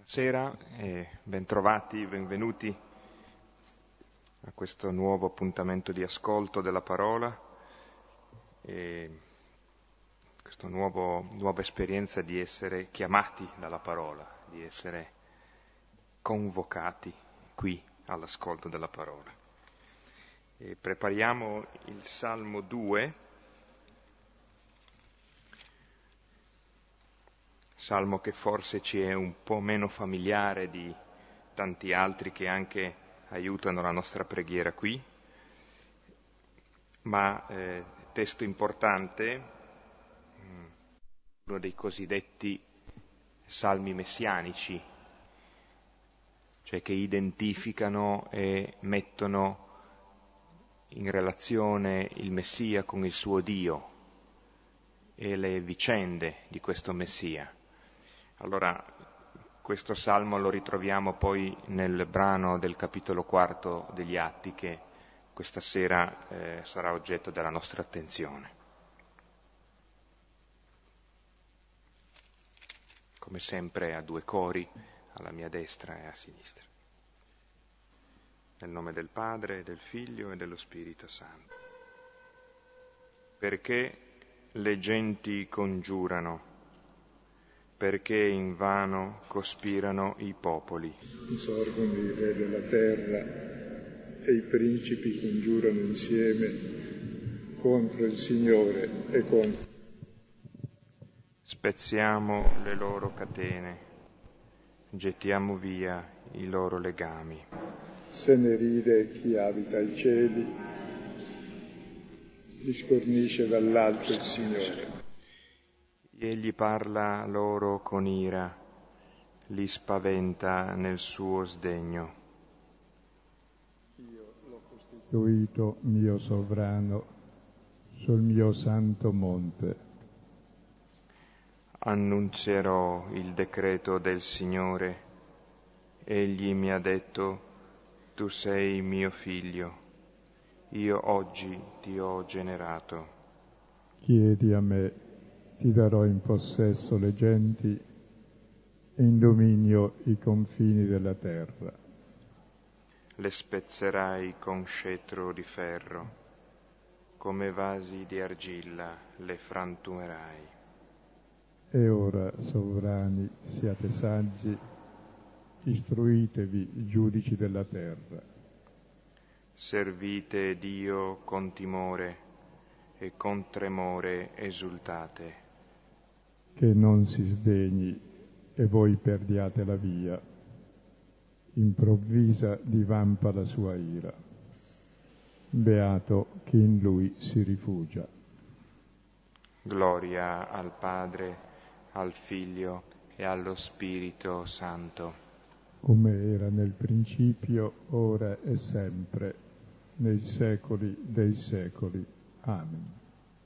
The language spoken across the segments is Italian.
Buonasera e bentrovati, benvenuti a questo nuovo appuntamento di ascolto della parola e questa nuova esperienza di essere chiamati dalla parola, di essere convocati qui all'ascolto della parola. E prepariamo il Salmo 2, salmo che forse ci è un po' meno familiare di tanti altri che anche aiutano la nostra preghiera qui, ma testo importante, uno dei cosiddetti salmi messianici, cioè che identificano e mettono in relazione il Messia con il suo Dio e le vicende di questo Messia. Allora, questo salmo lo ritroviamo poi nel brano del capitolo 4 degli Atti che questa sera sarà oggetto della nostra attenzione. Come sempre a due cori, alla mia destra e a sinistra. Nel nome del Padre, del Figlio e dello Spirito Santo. Perché le genti congiurano? Perché invano cospirano i popoli. Sorgono i re della terra e i principi congiurano insieme contro il Signore e contro. Spezziamo le loro catene, gettiamo via i loro legami. Se ne ride chi abita ai cieli, li scornisce dall'alto il Signore. Egli parla loro con ira, li spaventa nel suo sdegno. Io l'ho costituito mio sovrano sul mio santo monte. Annunzierò il decreto del Signore. Egli mi ha detto: tu sei mio figlio, io oggi ti ho generato. Chiedi a me, ti darò in possesso le genti e in dominio i confini della terra. Le spezzerai con scettro di ferro, come vasi di argilla le frantumerai. E ora, sovrani, siate saggi, istruitevi, i giudici della terra. Servite Dio con timore e con tremore esultate. Che non si sdegni e voi perdiate la via. Improvvisa divampa la sua ira. Beato chi in lui si rifugia. Gloria al Padre, al Figlio e allo Spirito Santo. Come era nel principio, ora e sempre, nei secoli dei secoli. Amen.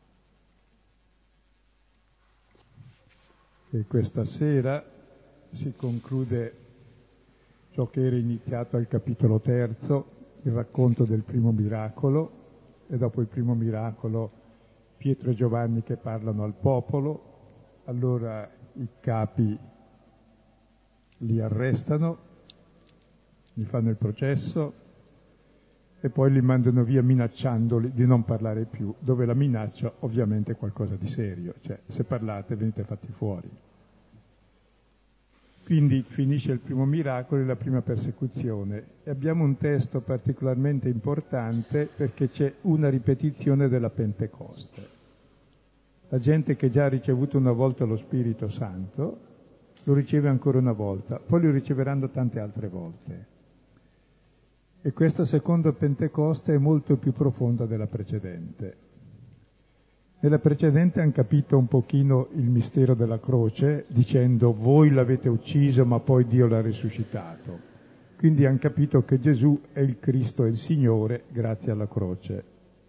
E questa sera si conclude ciò che era iniziato al capitolo 3, il racconto del primo miracolo, e dopo il primo miracolo Pietro e Giovanni che parlano al popolo, allora i capi li arrestano, gli fanno il processo e poi li mandano via minacciandoli di non parlare più, dove la minaccia ovviamente è qualcosa di serio, cioè se parlate venite fatti fuori. Quindi finisce il primo miracolo e la prima persecuzione e abbiamo un testo particolarmente importante perché c'è una ripetizione della Pentecoste. La gente che già ha ricevuto una volta lo Spirito Santo lo riceve ancora una volta, poi lo riceveranno tante altre volte. E questa seconda Pentecoste è molto più profonda della precedente. Nella precedente hanno capito un pochino il mistero della croce, dicendo voi l'avete ucciso ma poi Dio l'ha risuscitato. Quindi hanno capito che Gesù è il Cristo e il Signore grazie alla croce.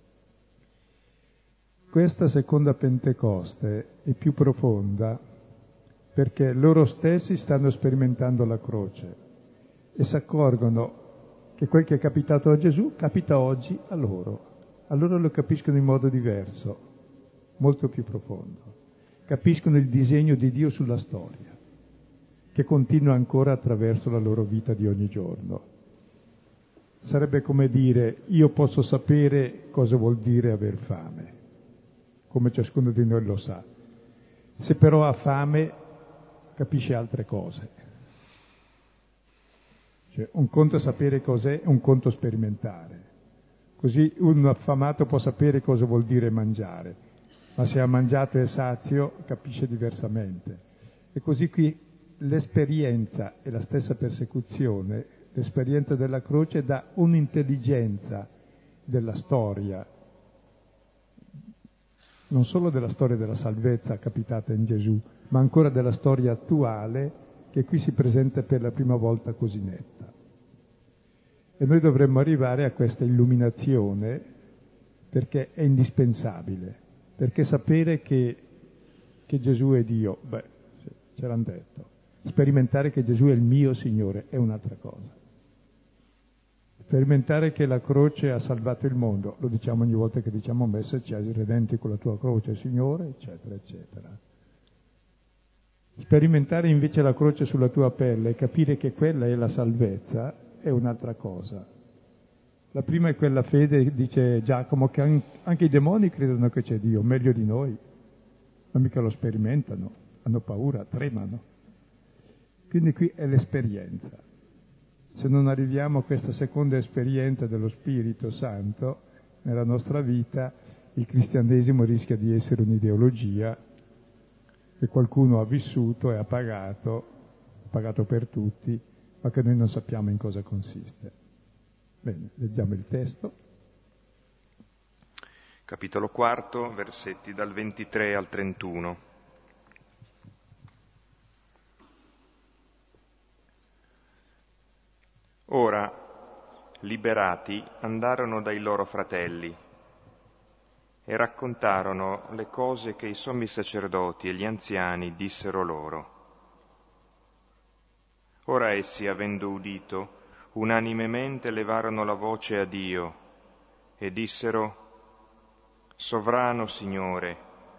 Questa seconda Pentecoste è più profonda perché loro stessi stanno sperimentando la croce e si accorgono che quel che è capitato a Gesù capita oggi a loro. Allora lo capiscono in modo diverso, molto più profondo. Capiscono il disegno di Dio sulla storia, che continua ancora attraverso la loro vita di ogni giorno. Sarebbe come dire: io posso sapere cosa vuol dire aver fame, come ciascuno di noi lo sa. Se però ha fame, capisce altre cose. Cioè, un conto è sapere cos'è, un conto sperimentare. Così un affamato può sapere cosa vuol dire mangiare, ma se ha mangiato e è sazio capisce diversamente. E così qui l'esperienza è la stessa persecuzione, l'esperienza della croce dà un'intelligenza della storia, non solo della storia della salvezza capitata in Gesù, ma ancora della storia attuale che qui si presenta per la prima volta così netta. E noi dovremmo arrivare a questa illuminazione perché è indispensabile, perché sapere che Gesù è Dio, ce l'hanno detto. Sperimentare che Gesù è il mio Signore è un'altra cosa. Sperimentare che la croce ha salvato il mondo, lo diciamo ogni volta che diciamo messa, ci hai redenti con la tua croce, Signore, eccetera, eccetera. Sperimentare invece la croce sulla tua pelle e capire che quella è la salvezza è un'altra cosa. La prima è quella fede, dice Giacomo, che anche i demoni credono che c'è Dio, meglio di noi, ma mica lo sperimentano, hanno paura, tremano. Quindi qui è l'esperienza. Se non arriviamo a questa seconda esperienza dello Spirito Santo nella nostra vita, il cristianesimo rischia di essere un'ideologia che qualcuno ha vissuto e ha pagato per tutti, ma che noi non sappiamo in cosa consiste. Bene, leggiamo il testo. Capitolo 4, versetti dal 23 al 31. Ora, liberati, andarono dai loro fratelli e raccontarono le cose che i sommi sacerdoti e gli anziani dissero loro. Ora essi, avendo udito, unanimemente levarono la voce a Dio e dissero: Sovrano Signore,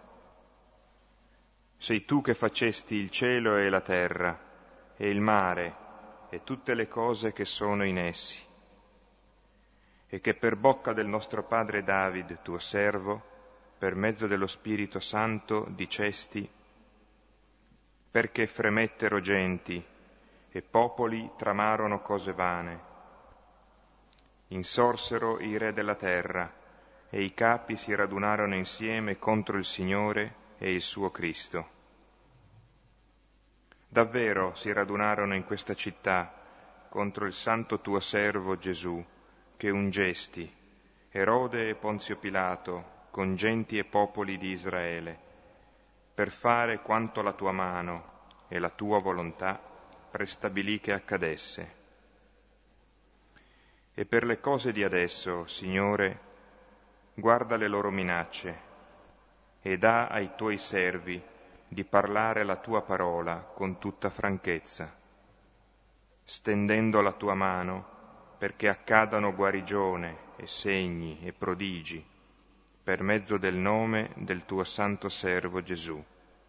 sei tu che facesti il cielo e la terra e il mare e tutte le cose che sono in essi, e che per bocca del nostro padre David, tuo servo, per mezzo dello Spirito Santo, dicesti: perché fremettero genti e popoli tramarono cose vane. Insorsero i re della terra e i capi si radunarono insieme contro il Signore e il suo Cristo. Davvero si radunarono in questa città contro il santo tuo servo Gesù, che ungesti, Erode e Ponzio Pilato, con genti e popoli di Israele, per fare quanto la tua mano e la tua volontà prestabilì che accadesse. E per le cose di adesso, Signore, guarda le loro minacce e dà ai tuoi servi di parlare la tua parola con tutta franchezza, stendendo la tua mano perché accadano guarigione e segni e prodigi per mezzo del nome del tuo santo servo Gesù.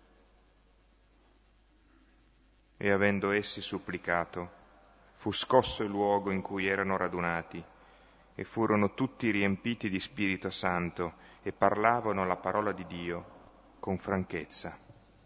E avendo essi supplicato, fu scosso il luogo in cui erano radunati, e furono tutti riempiti di Spirito Santo e parlavano la parola di Dio con franchezza.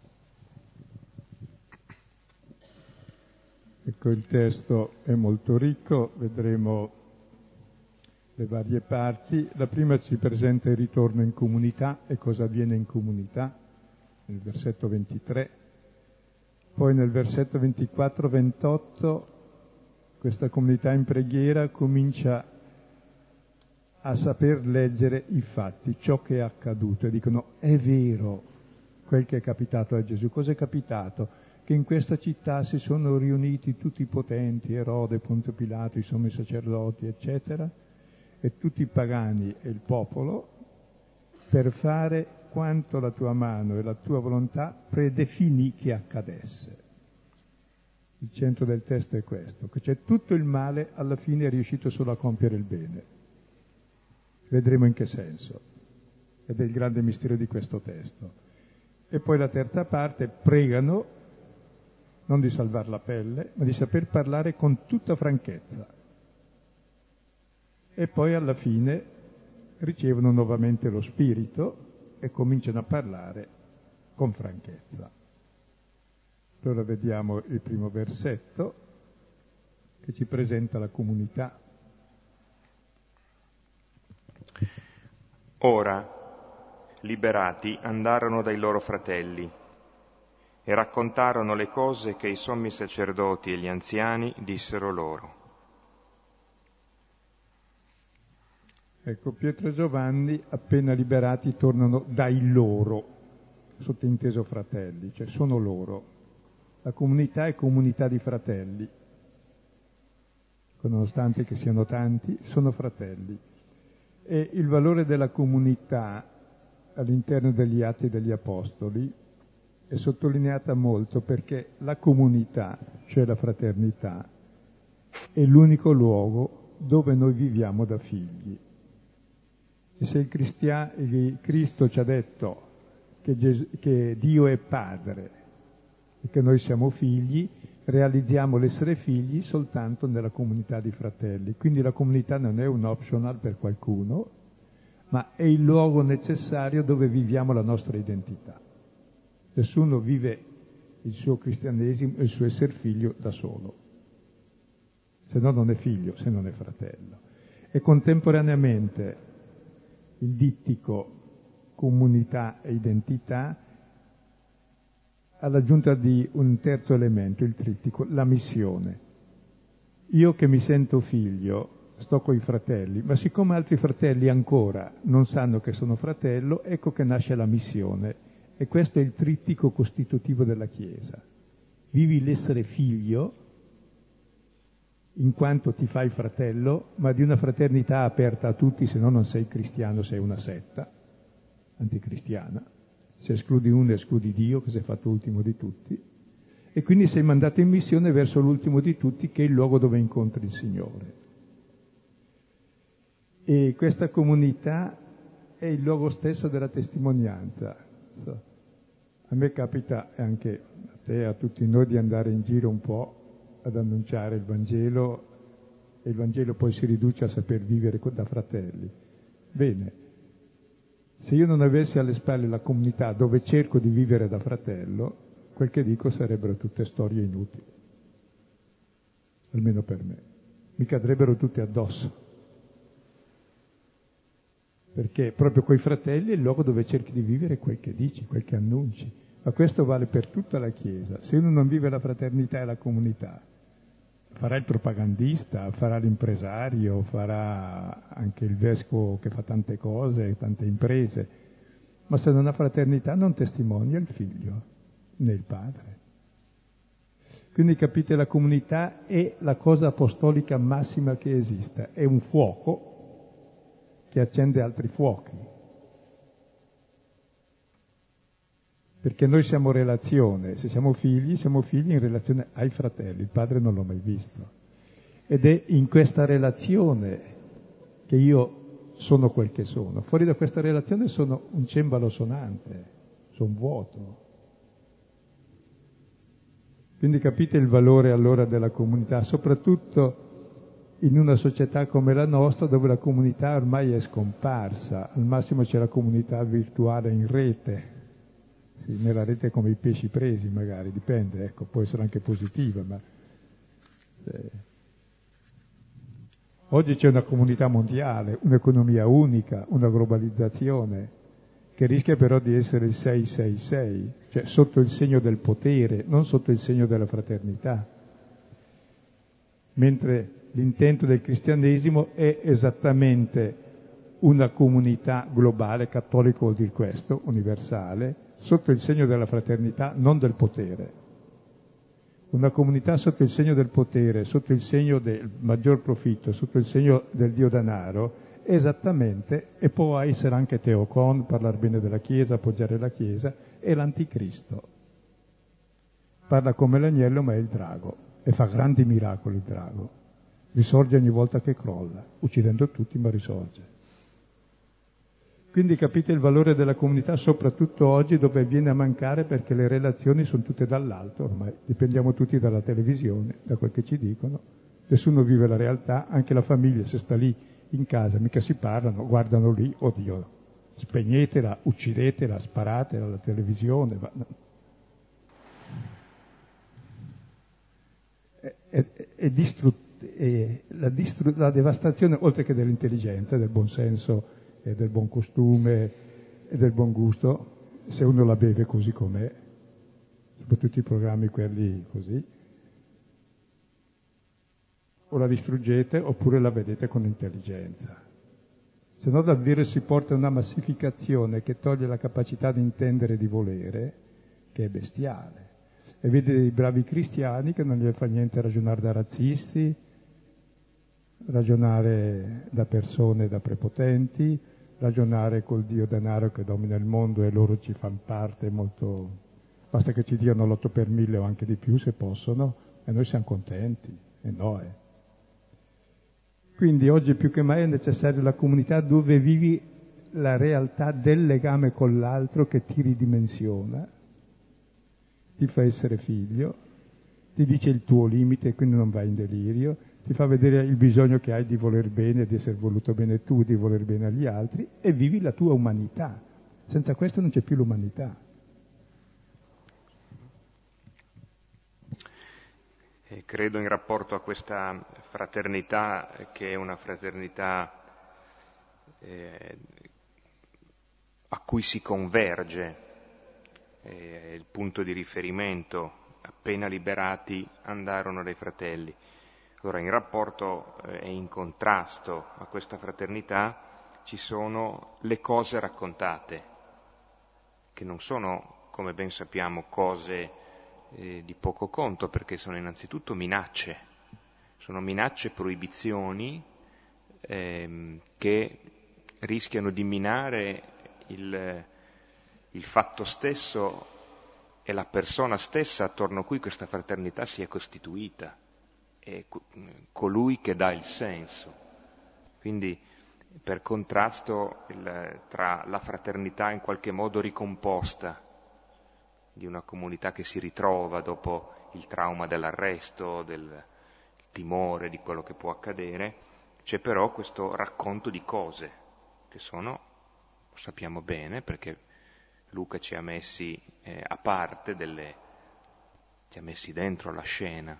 Ecco, il testo è molto ricco, vedremo le varie parti. La prima ci presenta il ritorno in comunità e cosa avviene in comunità, nel versetto 23. Poi nel versetto 24-28 questa comunità in preghiera comincia a saper leggere i fatti, ciò che è accaduto, e dicono: è vero quel che è capitato a Gesù. Cos'è capitato? Che in questa città si sono riuniti tutti i potenti, Erode, Ponzio Pilato, i sommi sacerdoti, eccetera, e tutti i pagani e il popolo, per fare quanto la tua mano e la tua volontà predefinì che accadesse. Il centro del testo è questo, che c'è tutto il male, alla fine è riuscito solo a compiere il bene. Vedremo in che senso, ed è il grande mistero di questo testo. E poi la terza parte: pregano non di salvare la pelle, ma di saper parlare con tutta franchezza. E poi alla fine ricevono nuovamente lo Spirito e cominciano a parlare con franchezza. Allora vediamo il primo versetto che ci presenta la comunità. Ora, liberati, andarono dai loro fratelli e raccontarono le cose che i sommi sacerdoti e gli anziani dissero loro. Ecco, Pietro e Giovanni, appena liberati, tornano dai loro, sottinteso fratelli, cioè sono loro. La comunità è comunità di fratelli, nonostante che siano tanti, sono fratelli. E il valore della comunità all'interno degli Atti degli Apostoli è sottolineata molto perché la comunità, cioè la fraternità, è l'unico luogo dove noi viviamo da figli. E se il Cristo ci ha detto che Dio è Padre e che noi siamo figli, realizziamo l'essere figli soltanto nella comunità di fratelli. Quindi la comunità non è un optional per qualcuno, ma è il luogo necessario dove viviamo la nostra identità. Nessuno vive il suo cristianesimo e il suo essere figlio da solo, se no non è figlio, se non è fratello. E contemporaneamente il dittico comunità e identità all'aggiunta di un terzo elemento, il trittico, la missione. Io che mi sento figlio sto coi fratelli, ma siccome altri fratelli ancora non sanno che sono fratello, ecco che nasce la missione. E questo è il trittico costitutivo della Chiesa. Vivi l'essere figlio in quanto ti fai fratello, ma di una fraternità aperta a tutti, se no non sei cristiano, sei una setta anticristiana. Se escludi uno, escludi Dio, che si è fatto ultimo di tutti. E quindi sei mandato in missione verso l'ultimo di tutti, che è il luogo dove incontri il Signore. E questa comunità è il luogo stesso della testimonianza. A me capita, e anche a te e a tutti noi, di andare in giro un po' ad annunciare il Vangelo, e il Vangelo poi si riduce a saper vivere da fratelli. Bene, se io non avessi alle spalle la comunità dove cerco di vivere da fratello, quel che dico sarebbero tutte storie inutili, almeno per me. Mi cadrebbero tutte addosso, perché proprio coi fratelli è il luogo dove cerchi di vivere quel che dici, quel che annunci. Ma questo vale per tutta la Chiesa. Se uno non vive la fraternità e la comunità, farà il propagandista, farà l'impresario, farà anche il vescovo che fa tante cose, tante imprese, ma se non ha fraternità non testimonia il figlio né il padre. Quindi capite, la comunità è la cosa apostolica massima che esista, è un fuoco che accende altri fuochi. Perché noi siamo relazione, se siamo figli in relazione ai fratelli, il padre non l'ho mai visto. Ed è in questa relazione che io sono quel che sono. Fuori da questa relazione sono un cembalo sonante, sono vuoto. Quindi capite il valore allora della comunità, soprattutto in una società come la nostra dove la comunità ormai è scomparsa. Al massimo c'è la comunità virtuale in rete. Sì, nella rete come i pesci presi magari, dipende, ecco, può essere anche positiva, ma oggi c'è una comunità mondiale, un'economia unica, una globalizzazione che rischia però di essere il 666, cioè sotto il segno del potere, non sotto il segno della fraternità. Mentre l'intento del cristianesimo è esattamente una comunità globale, cattolico vuol dire questo, universale, sotto il segno della fraternità, non del potere. Una comunità sotto il segno del potere, sotto il segno del maggior profitto, sotto il segno del dio denaro, esattamente, e può essere anche teocon, parlare bene della Chiesa, appoggiare la Chiesa, è l'anticristo. Parla come l'agnello ma è il drago, e fa grandi miracoli il drago. Risorge ogni volta che crolla, uccidendo tutti ma risorge. Quindi capite il valore della comunità, soprattutto oggi, dove viene a mancare perché le relazioni sono tutte dall'alto, ormai dipendiamo tutti dalla televisione, da quel che ci dicono. Nessuno vive la realtà, anche la famiglia, se sta lì in casa, mica si parlano, guardano lì, oddio, spegnetela, uccidetela, sparatela alla televisione. La devastazione, oltre che dell'intelligenza, del buon senso e del buon costume e del buon gusto, se uno la beve così com'è, soprattutto i programmi quelli così, o la distruggete oppure la vedete con intelligenza. Se no davvero si porta una massificazione che toglie la capacità di intendere e di volere, che è bestiale. E vede dei bravi cristiani che non gli fa niente ragionare da razzisti, ragionare da persone, da prepotenti, ragionare col Dio denaro che domina il mondo e loro ci fanno parte molto... Basta che ci diano l'8 per 1000 o anche di più se possono e noi siamo contenti, e no. Quindi oggi più che mai è necessaria la comunità dove vivi la realtà del legame con l'altro che ti ridimensiona, ti fa essere figlio, ti dice il tuo limite e quindi non vai in delirio, ti fa vedere il bisogno che hai di voler bene, di essere voluto bene tu, di voler bene agli altri e vivi la tua umanità. Senza questo non c'è più l'umanità. E credo in rapporto a questa fraternità, che è una fraternità a cui si converge, è il punto di riferimento. Appena liberati andarono dai fratelli. Allora, in rapporto e in contrasto a questa fraternità ci sono le cose raccontate, che non sono, come ben sappiamo, cose di poco conto, perché sono innanzitutto minacce, sono minacce, proibizioni che rischiano di minare il fatto stesso e la persona stessa attorno a cui questa fraternità si è costituita, è colui che dà il senso. Quindi, per contrasto tra la fraternità in qualche modo ricomposta di una comunità che si ritrova dopo il trauma dell'arresto, del timore di quello che può accadere, c'è però questo racconto di cose che sono, lo sappiamo bene perché Luca ci ha messi a parte ci ha messi dentro la scena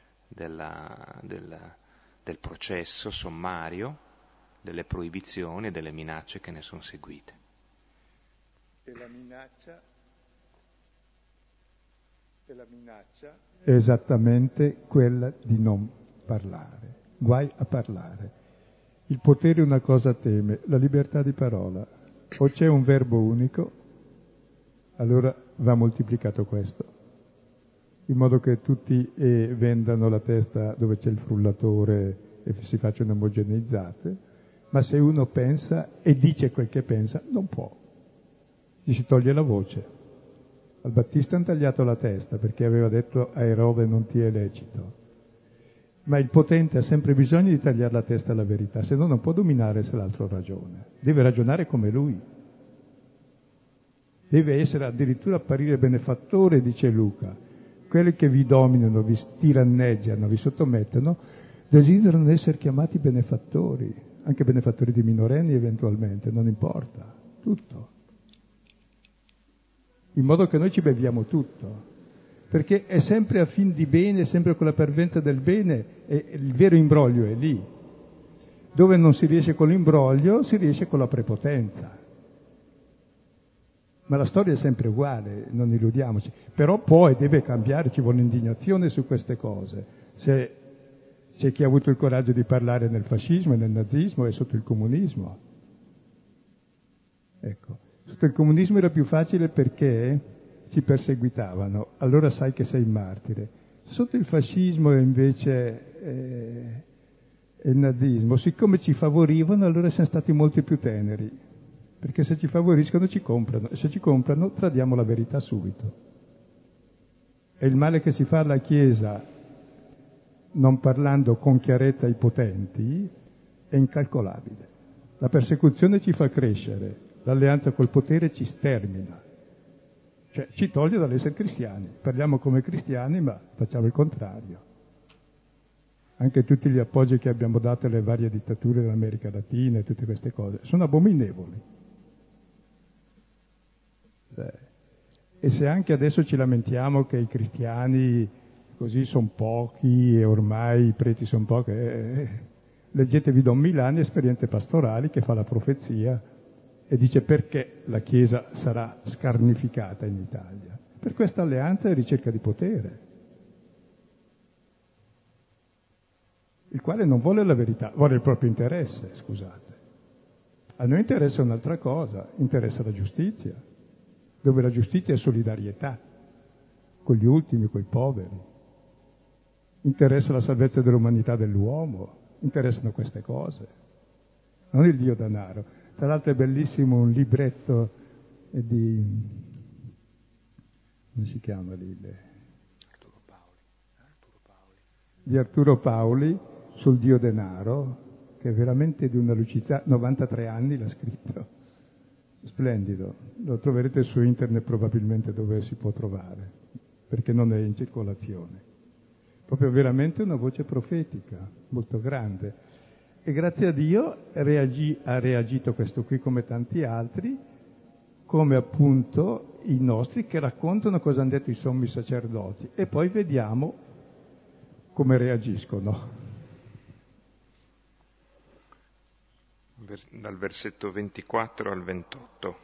del processo sommario, delle proibizioni e delle minacce che ne sono seguite. E la minaccia è esattamente quella di non parlare. Guai a parlare. Il potere una cosa teme, la libertà di parola. O c'è un verbo unico, allora va moltiplicato questo, in modo che tutti vendano la testa dove c'è il frullatore e si facciano omogeneizzate, ma se uno pensa e dice quel che pensa, non può. Gli si toglie la voce. Al Battista hanno tagliato la testa perché aveva detto a Erode non ti è lecito. Ma il potente ha sempre bisogno di tagliare la testa alla verità, se no non può dominare se l'altro ha ragione. Deve ragionare come lui. Deve essere addirittura apparire benefattore, dice Luca. Quelli che vi dominano, vi tiranneggiano, vi sottomettono, desiderano essere chiamati benefattori, anche benefattori di minorenni eventualmente, non importa, tutto. In modo che noi ci beviamo tutto, perché è sempre a fin di bene, è sempre con la parvenza del bene, e il vero imbroglio è lì. Dove non si riesce con l'imbroglio, si riesce con la prepotenza. Ma la storia è sempre uguale, non illudiamoci. Però può e deve cambiare, ci vuole indignazione su queste cose. Se c'è chi ha avuto il coraggio di parlare nel fascismo e nel nazismo e sotto il comunismo. Ecco, sotto il comunismo era più facile perché ci perseguitavano, allora sai che sei martire. Sotto il fascismo invece e il nazismo, siccome ci favorivano, allora siamo stati molti più teneri. Perché se ci favoriscono ci comprano, e se ci comprano tradiamo la verità subito. E il male che si fa alla Chiesa, non parlando con chiarezza ai potenti, è incalcolabile. La persecuzione ci fa crescere, L'alleanza col potere ci stermina, cioè ci toglie dall'essere cristiani. Parliamo come cristiani, ma facciamo il contrario. Anche tutti gli appoggi che abbiamo dato alle varie dittature dell'America Latina e tutte queste cose sono abominevoli. E se anche adesso ci lamentiamo che i cristiani così sono pochi e ormai i preti sono pochi, leggetevi Don Milani, Esperienze pastorali, che fa la profezia e dice perché la Chiesa sarà scarnificata in Italia. Per questa alleanza e ricerca di potere, il quale non vuole la verità, vuole il proprio interesse, scusate. A noi interessa un'altra cosa, interessa la giustizia, dove la giustizia è solidarietà con gli ultimi, con i poveri. Interessa la salvezza dell'umanità dell'uomo, interessano queste cose, non il Dio denaro. Tra l'altro è bellissimo un libretto di... come si chiama lì? Di Arturo Paoli sul Dio denaro, che è veramente di una lucidità, 93 anni l'ha scritto, splendido, lo troverete su internet probabilmente dove si può trovare, perché non è in circolazione. Proprio veramente una voce profetica, molto grande. E grazie a Dio ha reagito questo qui come tanti altri, come appunto i nostri che raccontano cosa hanno detto i sommi sacerdoti e poi vediamo come reagiscono. Dal versetto 24 al 28.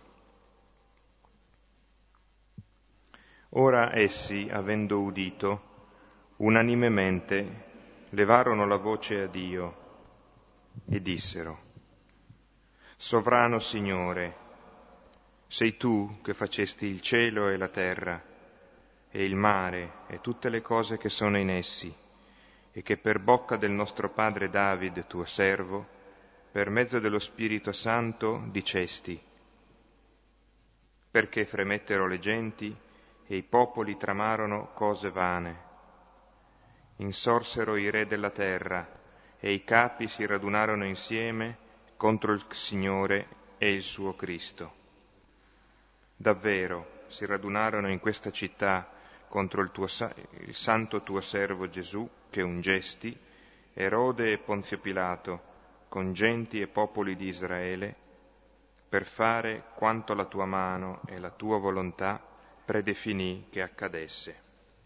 Ora essi, avendo udito, unanimemente levarono la voce a Dio e dissero: Sovrano Signore, sei tu che facesti il cielo e la terra, e il mare e tutte le cose che sono in essi, e che per bocca del nostro padre David, tuo servo, per mezzo dello Spirito Santo dicesti: perché fremettero le genti e i popoli tramarono cose vane. Insorsero i re della terra e i capi si radunarono insieme contro il Signore e il suo Cristo. Davvero si radunarono in questa città contro il santo tuo servo Gesù, che ungesti, Erode e Ponzio Pilato, con genti e popoli di Israele, per fare quanto la tua mano e la tua volontà predefinì che accadesse.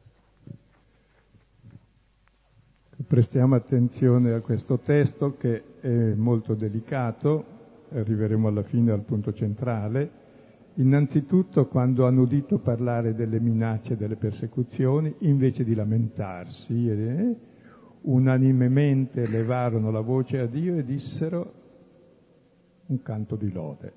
Prestiamo attenzione a questo testo che è molto delicato, arriveremo alla fine al punto centrale. Innanzitutto, quando hanno udito parlare delle minacce e delle persecuzioni, invece di lamentarsi, unanimemente levarono la voce a Dio e dissero un canto di lode.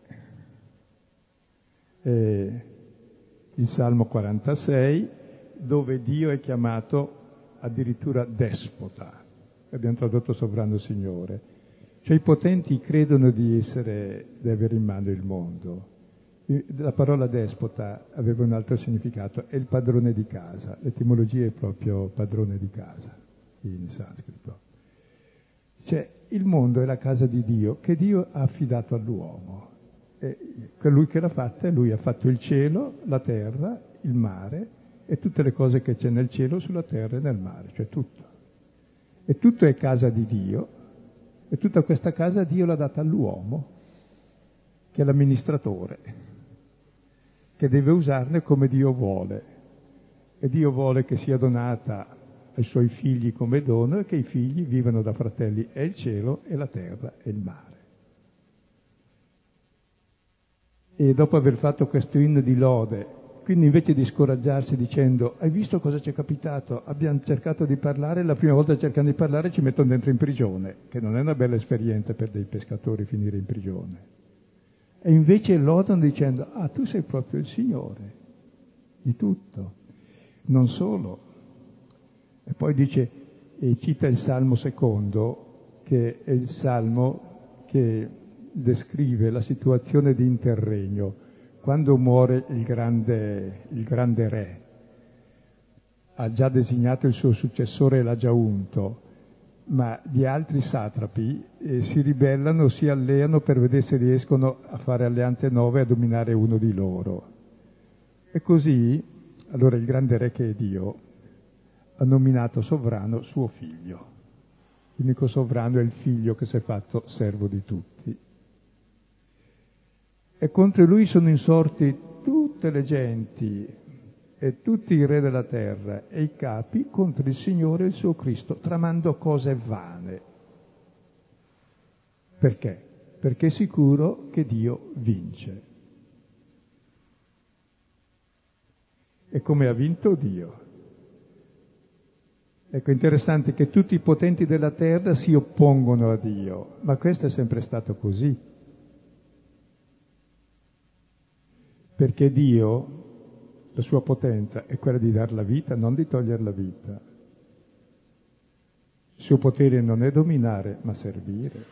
Il Salmo 46, dove Dio è chiamato addirittura despota, abbiamo tradotto sovrano Signore, cioè i potenti credono di avere in mano il mondo. La parola despota aveva un altro significato, è il padrone di casa, l'etimologia è proprio padrone di casa in sanscrito. Cioè il mondo è la casa di Dio che Dio ha affidato all'uomo, è colui che l'ha fatta e lui ha fatto il cielo, la terra, il mare e tutte le cose che c'è nel cielo, sulla terra e nel mare, cioè tutto. E tutto è casa di Dio, e tutta questa casa Dio l'ha data all'uomo, che è l'amministratore, che deve usarne come Dio vuole. E Dio vuole che sia donata ai suoi figli come dono e che i figli vivano da fratelli e il cielo e la terra e il mare. E dopo aver fatto questo inno di lode, quindi invece di scoraggiarsi dicendo hai visto cosa ci è capitato? Abbiamo cercato di parlare, la prima volta cercando di parlare ci mettono dentro in prigione, che non è una bella esperienza per dei pescatori finire in prigione. E invece lodano dicendo tu sei proprio il Signore di tutto. Non solo. E poi dice, e cita il Salmo secondo, che è il Salmo che descrive la situazione di interregno. Quando muore il grande re, ha già designato il suo successore e l'ha già unto, ma gli altri satrapi si ribellano, si alleano per vedere se riescono a fare alleanze nuove e a dominare uno di loro. E così, allora il grande re che è Dio ha nominato sovrano suo figlio. L'unico sovrano è il figlio che si è fatto servo di tutti. E contro lui sono insorti tutte le genti e tutti i re della terra e i capi contro il Signore e il suo Cristo, tramando cose vane. Perché? Perché è sicuro che Dio vince. E come ha vinto Dio? Ecco, interessante che tutti i potenti della terra si oppongono a Dio, ma questo è sempre stato così. Perché Dio, la sua potenza, è quella di dar la vita, non di togliere la vita. Il suo potere non è dominare, ma servire.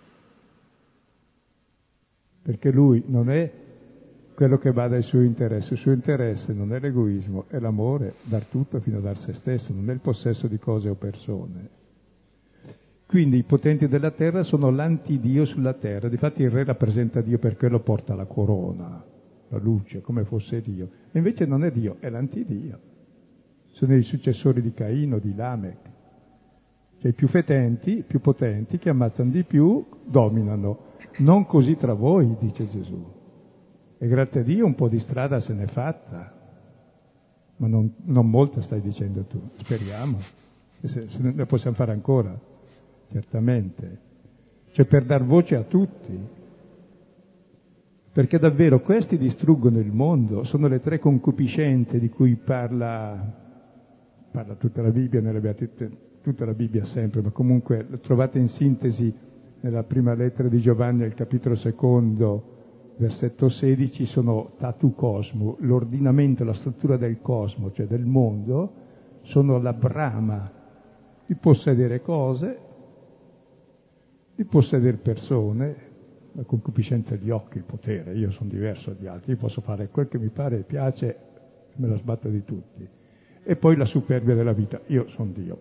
Perché lui non è quello che bada ai suoi interessi. Il suo interesse non è l'egoismo, è l'amore, dar tutto fino a dar se stesso, non è il possesso di cose o persone. Quindi i potenti della terra sono l'antidio sulla terra. Difatti il re rappresenta Dio, per quello porta la corona, la luce, come fosse Dio. E invece non è Dio, è l'antidio. Sono i successori di Caino, di Lamech. Cioè i più fetenti, i più potenti, che ammazzano di più, dominano. Non così tra voi, dice Gesù. E grazie a Dio un po' di strada se n'è fatta, ma non molta, stai dicendo tu. Speriamo, se ne possiamo fare ancora, certamente. Cioè per dar voce a tutti. Perché davvero questi distruggono il mondo, sono le 3 concupiscenze di cui parla tutta la Bibbia, tutta la Bibbia sempre, ma comunque lo trovate in sintesi nella prima lettera di Giovanni, al capitolo 2, versetto 16, sono tatu cosmo, l'ordinamento, la struttura del cosmo, cioè del mondo, sono la brama di possedere cose, di possedere persone, la concupiscenza degli occhi, il potere. Io sono diverso dagli altri, io posso fare quel che mi pare e piace, me la sbatto di tutti. E poi la superbia della vita, io sono Dio.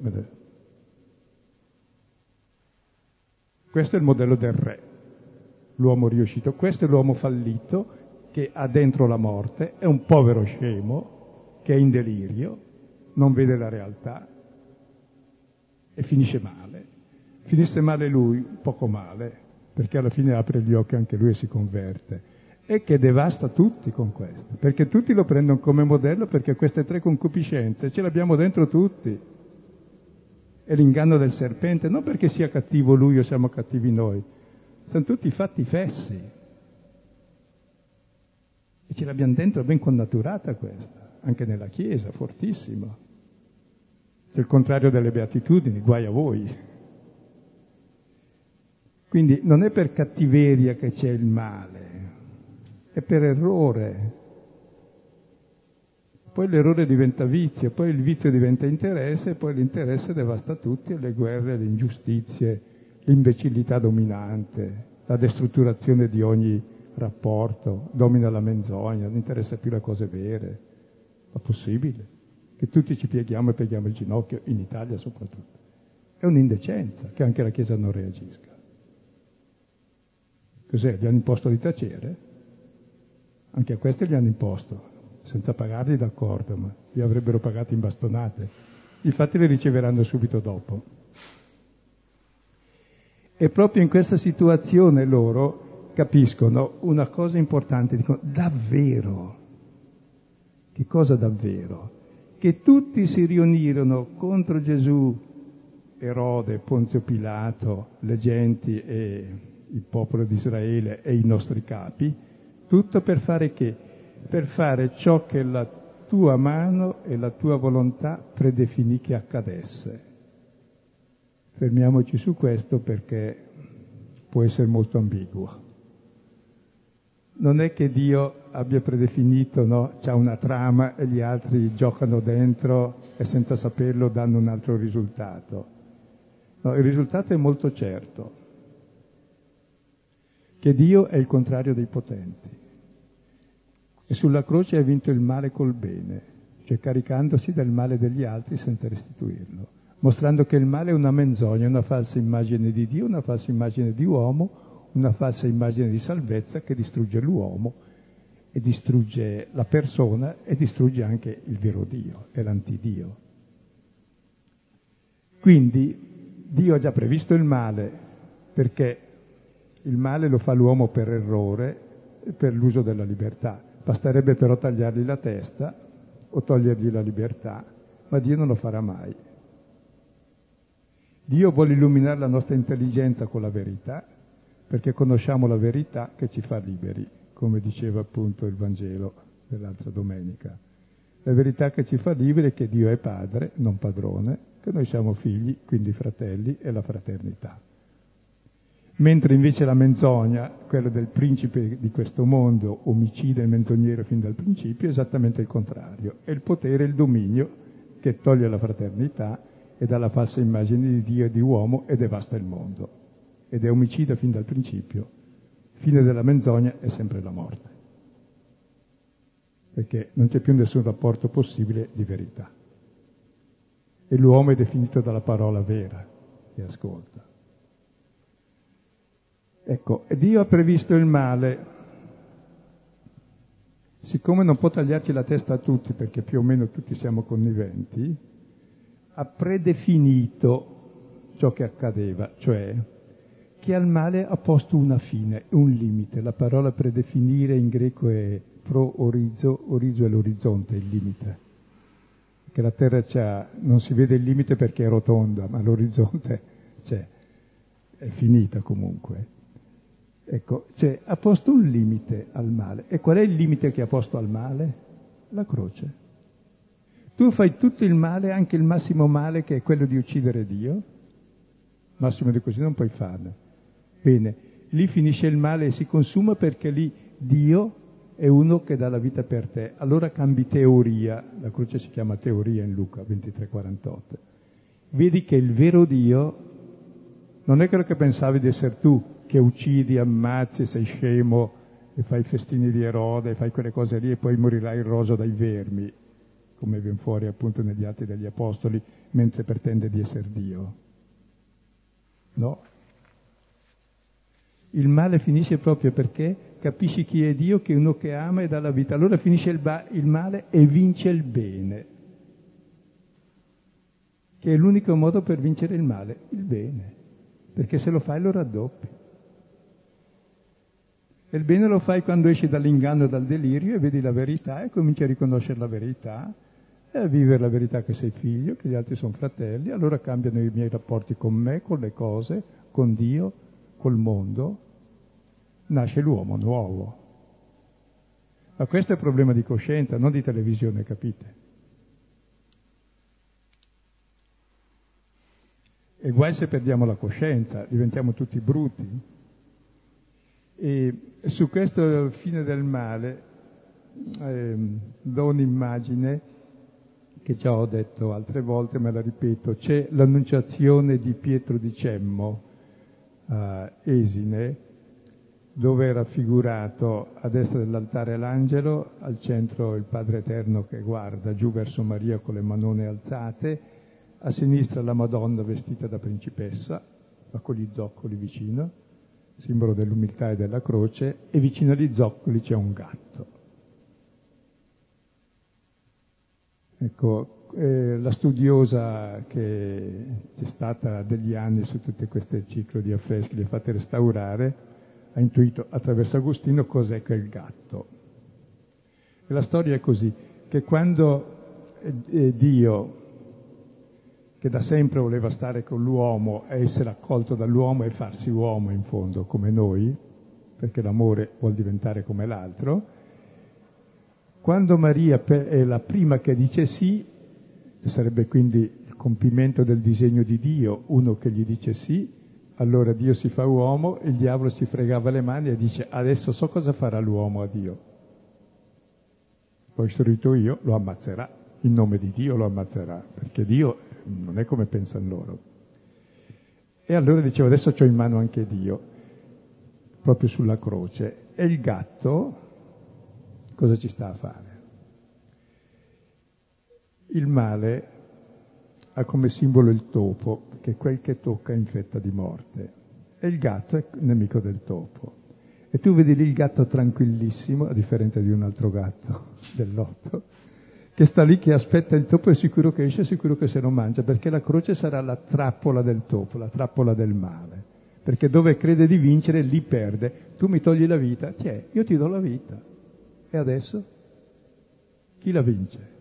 Questo è il modello del re, l'uomo riuscito. Questo è l'uomo fallito che ha dentro la morte, è un povero scemo che è in delirio, non vede la realtà e finisce male. Finisse male lui, poco male, perché alla fine apre gli occhi anche lui e si converte, e che devasta tutti con questo, perché tutti lo prendono come modello, perché queste 3 concupiscenze ce le abbiamo dentro tutti. È l'inganno del serpente, non perché sia cattivo lui o siamo cattivi noi, sono tutti fatti fessi. E ce l'abbiamo dentro ben connaturata questa, anche nella Chiesa, fortissimo. C'è il contrario delle beatitudini, guai a voi. Quindi non è per cattiveria che c'è il male, è per errore. Poi l'errore diventa vizio, poi il vizio diventa interesse, e poi l'interesse devasta tutti, e le guerre, le ingiustizie, l'imbecillità dominante, la destrutturazione di ogni rapporto, domina la menzogna, non interessa più le cose vere. Ma possibile? Che tutti ci pieghiamo e pieghiamo il ginocchio, in Italia soprattutto. È un'indecenza che anche la Chiesa non reagisca. Cos'è? Gli hanno imposto di tacere? Anche a questi gli hanno imposto, senza pagarli d'accordo, ma li avrebbero pagati in bastonate. Infatti le riceveranno subito dopo. E proprio in questa situazione loro capiscono una cosa importante, dicono davvero. Che cosa davvero? Che tutti si riunirono contro Gesù, Erode, Ponzio Pilato, le genti e il popolo di Israele e i nostri capi, tutto per fare che? Per fare ciò che la tua mano e la tua volontà predefinì che accadesse. Fermiamoci su questo perché può essere molto ambiguo. Non è che Dio abbia predefinito, no? C'ha una trama e gli altri giocano dentro e senza saperlo danno un altro risultato. No, il risultato è molto certo, che Dio è il contrario dei potenti. E sulla croce ha vinto il male col bene, cioè caricandosi del male degli altri senza restituirlo. mostrando che il male è una menzogna, una falsa immagine di Dio, una falsa immagine di uomo, una falsa immagine di salvezza che distrugge l'uomo e distrugge la persona e distrugge anche il vero Dio, è l'antidio. Quindi Dio ha già previsto il male, perché il male lo fa l'uomo per errore e per l'uso della libertà. Basterebbe però tagliargli la testa o togliergli la libertà, ma Dio non lo farà mai. Dio vuole illuminare la nostra intelligenza con la verità, perché conosciamo la verità che ci fa liberi, come diceva appunto il Vangelo dell'altra domenica. La verità che ci fa liberi è che Dio è padre, non padrone, che noi siamo figli, quindi fratelli, e la fraternità. Mentre invece la menzogna, quella del principe di questo mondo, omicida e menzognero fin dal principio, è esattamente il contrario. È il potere e il dominio che toglie la fraternità e dà la falsa immagine di Dio e di uomo e devasta il mondo. Ed è omicida fin dal principio. Fine della menzogna è sempre la morte. Perché non c'è più nessun rapporto possibile di verità. E l'uomo è definito dalla parola vera che ascolta. Ecco, Dio ha previsto il male. Siccome non può tagliarci la testa a tutti, perché più o meno tutti siamo conniventi, ha predefinito ciò che accadeva, cioè che al male ha posto una fine, un limite. La parola predefinire in greco è pro-orizo, orizo è l'orizzonte, il limite. Che la terra non si vede il limite perché è rotonda, ma l'orizzonte c'è, è finita comunque. Ecco, cioè ha posto un limite al male. E qual è il limite che ha posto al male? La croce. Tu fai tutto il male, anche il massimo male che è quello di uccidere Dio. Massimo di così non puoi farne. Bene, lì finisce il male e si consuma perché lì Dio è uno che dà la vita per te. Allora cambi teoria, la croce si chiama teoria in Luca 23,48. Vedi che il vero Dio non è quello che pensavi di essere tu, che uccidi, ammazzi, sei scemo e fai i festini di Erode, fai quelle cose lì e poi morirai roso dai vermi, come viene fuori appunto negli Atti degli Apostoli, mentre pretende di essere Dio. No. Il male finisce proprio perché capisci chi è Dio, che è uno che ama e dà la vita. Allora finisce il male e vince il bene, che è l'unico modo per vincere il male, il bene, perché se lo fai lo raddoppi. E il bene lo fai quando esci dall'inganno e dal delirio e vedi la verità e cominci a riconoscere la verità e a vivere la verità che sei figlio, che gli altri sono fratelli. Allora cambiano i miei rapporti con me, con le cose, con Dio, col mondo. Nasce l'uomo nuovo. Ma questo è il problema di coscienza, non di televisione, capite? E guai se perdiamo la coscienza, diventiamo tutti bruti. E su questo fine del male do un'immagine che già ho detto altre volte, ma la ripeto. C'è l'annunciazione di Pietro di Cemmo a Esine, dove è raffigurato a destra dell'altare l'angelo, al centro il Padre Eterno che guarda giù verso Maria con le manone alzate, a sinistra la Madonna vestita da principessa, ma con gli zoccoli vicino, simbolo dell'umiltà e della croce, e vicino agli zoccoli c'è un gatto. Ecco, la studiosa che c'è stata degli anni su tutte queste ciclo di affreschi, le fate restaurare, ha intuito attraverso Agostino cos'è che è il gatto. E la storia è così, che quando Dio, che da sempre voleva stare con l'uomo e essere accolto dall'uomo e farsi uomo in fondo come noi, perché l'amore vuol diventare come l'altro, quando Maria è la prima che dice sì, sarebbe quindi il compimento del disegno di Dio, uno che gli dice sì, allora Dio si fa uomo e il diavolo si fregava le mani e dice adesso so cosa farà l'uomo a Dio. Poi istruito io, lo ammazzerà, in nome di Dio lo ammazzerà, perché Dio non è come pensano loro. E allora dicevo, adesso c'ho in mano anche Dio, proprio sulla croce. E il gatto cosa ci sta a fare? Il male ha come simbolo il topo, che quel che tocca infetta di morte. E il gatto è il nemico del topo. E tu vedi lì il gatto tranquillissimo, a differenza di un altro gatto dell'otto, che sta lì, che aspetta il topo, è sicuro che esce, è sicuro che se lo mangia, perché la croce sarà la trappola del topo, la trappola del male. Perché dove crede di vincere, lì perde. Tu mi togli la vita, tiè, io ti do la vita. E adesso? Chi la vince?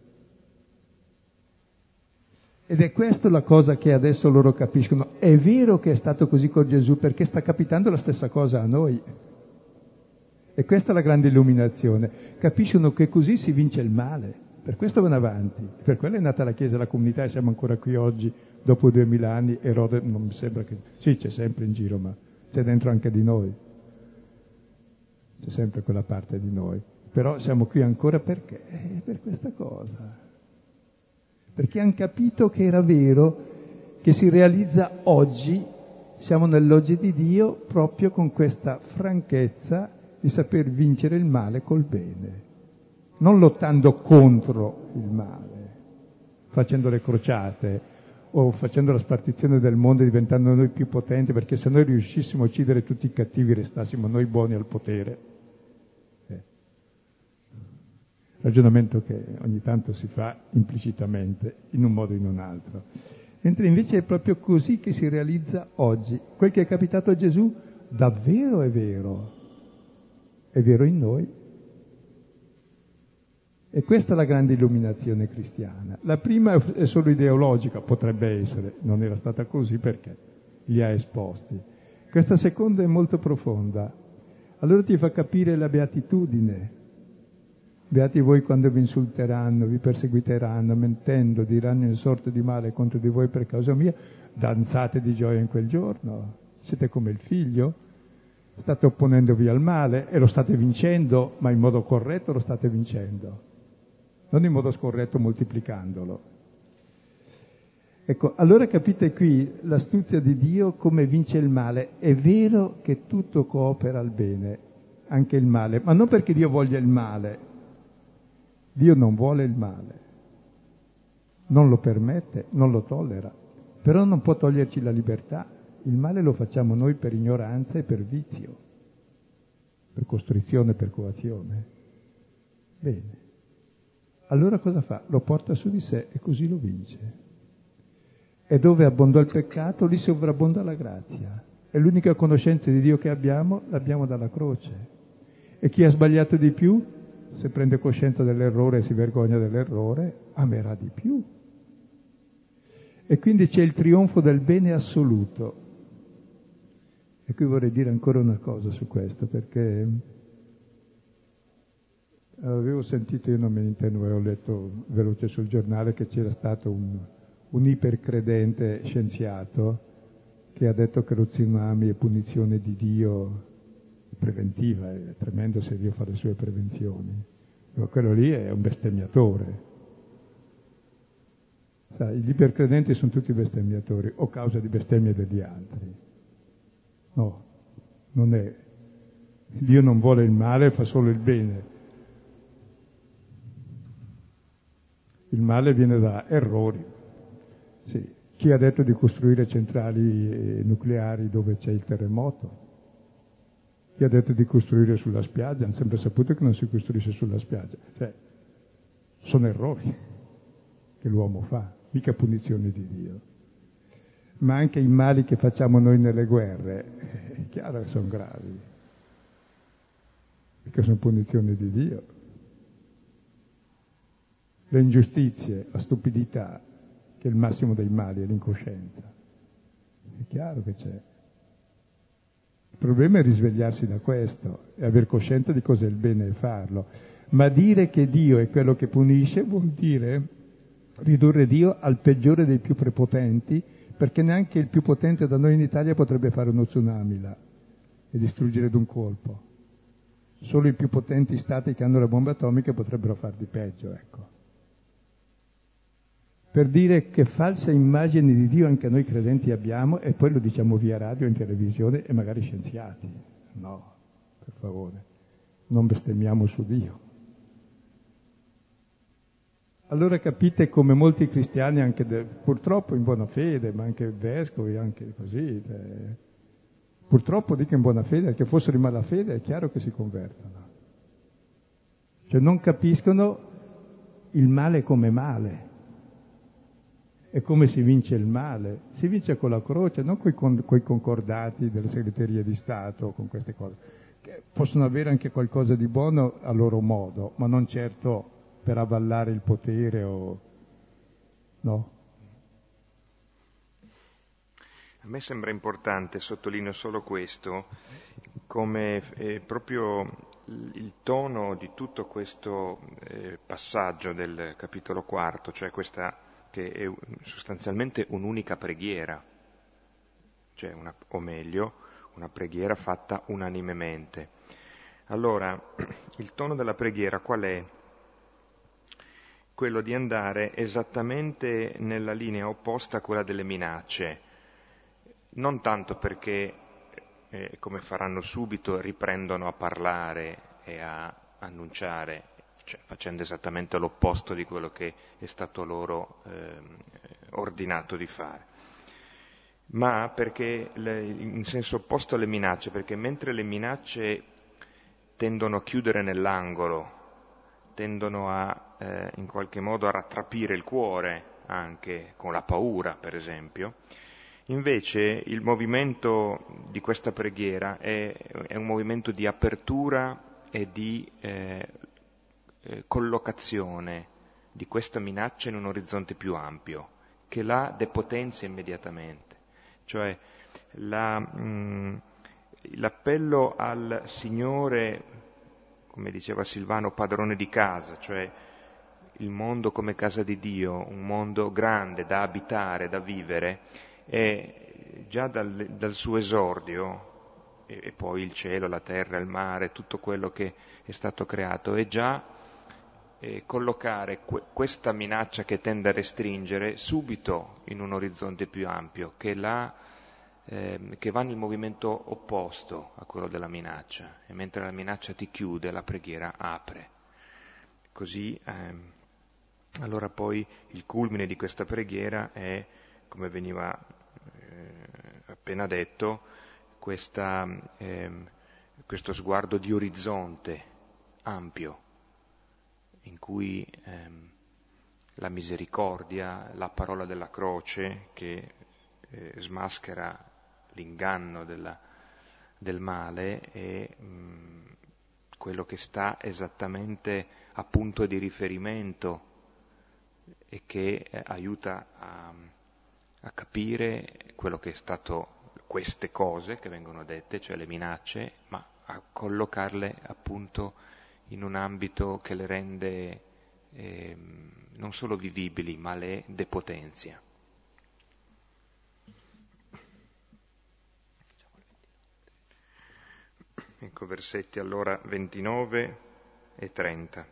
Ed è questa la cosa che adesso loro capiscono. È vero che è stato così con Gesù, perché sta capitando la stessa cosa a noi. E questa è la grande illuminazione. Capiscono che così si vince il male. Per questo vanno avanti. Per quello è nata la Chiesa, la comunità, e siamo ancora qui oggi, dopo 2000 anni. Erode non mi sembra che... Sì, c'è sempre in giro, ma c'è dentro anche di noi. C'è sempre quella parte di noi. Però siamo qui ancora perché? Per questa cosa. Perché hanno capito che era vero, che si realizza oggi, siamo nell'oggi di Dio, proprio con questa franchezza di saper vincere il male col bene. Non lottando contro il male, facendo le crociate o facendo la spartizione del mondo, diventando noi più potenti, perché se noi riuscissimo a uccidere tutti i cattivi, restassimo noi buoni al potere. Ragionamento che ogni tanto si fa implicitamente, in un modo o in un altro. Mentre invece è proprio così che si realizza oggi. Quel che è capitato a Gesù davvero è vero in noi. E questa è la grande illuminazione cristiana. La prima è solo ideologica, potrebbe essere, non era stata così perché li ha esposti. Questa seconda è molto profonda. Allora ti fa capire la beatitudine. Beati voi quando vi insulteranno, vi perseguiteranno, mentendo, diranno in sorte di male contro di voi per causa mia, danzate di gioia in quel giorno. Siete come il figlio, state opponendovi al male e lo state vincendo, ma in modo corretto lo state vincendo, non in modo scorretto moltiplicandolo. Ecco, allora capite qui l'astuzia di Dio come vince il male. È vero che tutto coopera al bene, anche il male, ma non perché Dio voglia il male. Dio non vuole il male, non lo permette, non lo tollera, però non può toglierci la libertà. Il male lo facciamo noi per ignoranza e per vizio, per costrizione, per coazione. Bene, allora cosa fa? Lo porta su di sé e così lo vince. E dove abbondò il peccato, lì sovrabbonda la grazia. E l'unica conoscenza di Dio che abbiamo, l'abbiamo dalla croce. E chi ha sbagliato di più, se prende coscienza dell'errore e si vergogna dell'errore, amerà di più. E quindi c'è il trionfo del bene assoluto. E qui vorrei dire ancora una cosa su questo, perché avevo sentito, io non me ne intendo, avevo letto veloce sul giornale che c'era stato un ipercredente scienziato che ha detto che lo tsunami è punizione di Dio preventiva, è tremendo se Dio fa le sue prevenzioni. Ma quello lì è un bestemmiatore. Sai, gli ipercredenti sono tutti bestemmiatori, o causa di bestemmie degli altri. No, non è. Dio non vuole il male, fa solo il bene. Il male viene da errori. Sì. Chi ha detto di costruire centrali nucleari dove c'è il terremoto? Chi ha detto di costruire sulla spiaggia? Hanno sempre saputo che non si costruisce sulla spiaggia. Cioè, sono errori che l'uomo fa, mica punizioni di Dio. Ma anche i mali che facciamo noi nelle guerre, è chiaro che sono gravi, perché sono punizioni di Dio. Le ingiustizie, la stupidità, che è il massimo dei mali, è l'incoscienza. È chiaro che c'è. Il problema è risvegliarsi da questo e aver coscienza di cos'è il bene e farlo. Ma dire che Dio è quello che punisce vuol dire ridurre Dio al peggiore dei più prepotenti, perché neanche il più potente da noi in Italia potrebbe fare uno tsunami là e distruggere d'un colpo. Solo i più potenti stati che hanno le bombe atomiche potrebbero far di peggio, ecco. Per dire che false immagini di Dio anche noi credenti abbiamo, e poi lo diciamo via radio, in televisione e magari scienziati. No, per favore, non bestemmiamo su Dio. allora capite come molti cristiani, anche purtroppo in buona fede, ma anche vescovi, anche così, purtroppo dico in buona fede, che fossero in malafede è chiaro che si convertono. Cioè non capiscono il male come male. E come si vince il male? Si vince con la croce, non coi concordati delle segreterie di Stato, con queste cose, che possono avere anche qualcosa di buono a loro modo, ma non certo per avallare il potere o... no. A me sembra importante, sottolineo solo questo, come proprio il tono di tutto questo passaggio del capitolo quarto, cioè questa che è sostanzialmente un'unica preghiera, cioè o meglio, una preghiera fatta unanimemente. Allora, il tono della preghiera qual è? Quello di andare esattamente nella linea opposta a quella delle minacce, non tanto perché, come faranno subito, riprendono a parlare e a annunciare, cioè facendo esattamente l'opposto di quello che è stato loro ordinato di fare, ma perché in senso opposto alle minacce, perché mentre le minacce tendono a chiudere nell'angolo, tendono a in qualche modo a rattrapire il cuore, anche con la paura, per esempio, invece il movimento di questa preghiera è un movimento di apertura e di collocazione di questa minaccia in un orizzonte più ampio, che la depotenzia immediatamente. Cioè l'appello al Signore, come diceva Silvano, padrone di casa, cioè il mondo come casa di Dio, un mondo grande da abitare, da vivere, è già dal suo esordio, e poi il cielo, la terra, il mare, tutto quello che è stato creato, è già collocare questa minaccia che tende a restringere subito in un orizzonte più ampio, che va nel movimento opposto a quello della minaccia, e mentre la minaccia ti chiude, la preghiera apre. Così, allora poi il culmine di questa preghiera è, come veniva appena detto, questo sguardo di orizzonte ampio, in cui la misericordia, la parola della croce che smaschera l'inganno del male, è quello che sta esattamente a punto di riferimento e che aiuta a capire quello che è stato, queste cose che vengono dette, cioè le minacce, ma a collocarle appunto in un ambito che le rende non solo vivibili, ma le depotenzia. Ecco, versetti allora 29 e 30.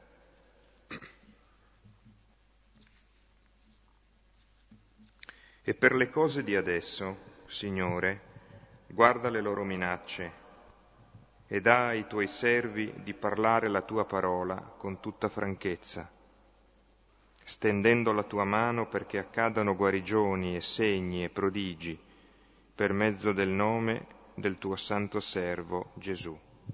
E per le cose di adesso, Signore, guarda le loro minacce e dà ai tuoi servi di parlare la tua parola con tutta franchezza, stendendo la tua mano perché accadano guarigioni e segni e prodigi per mezzo del nome del tuo santo servo Gesù.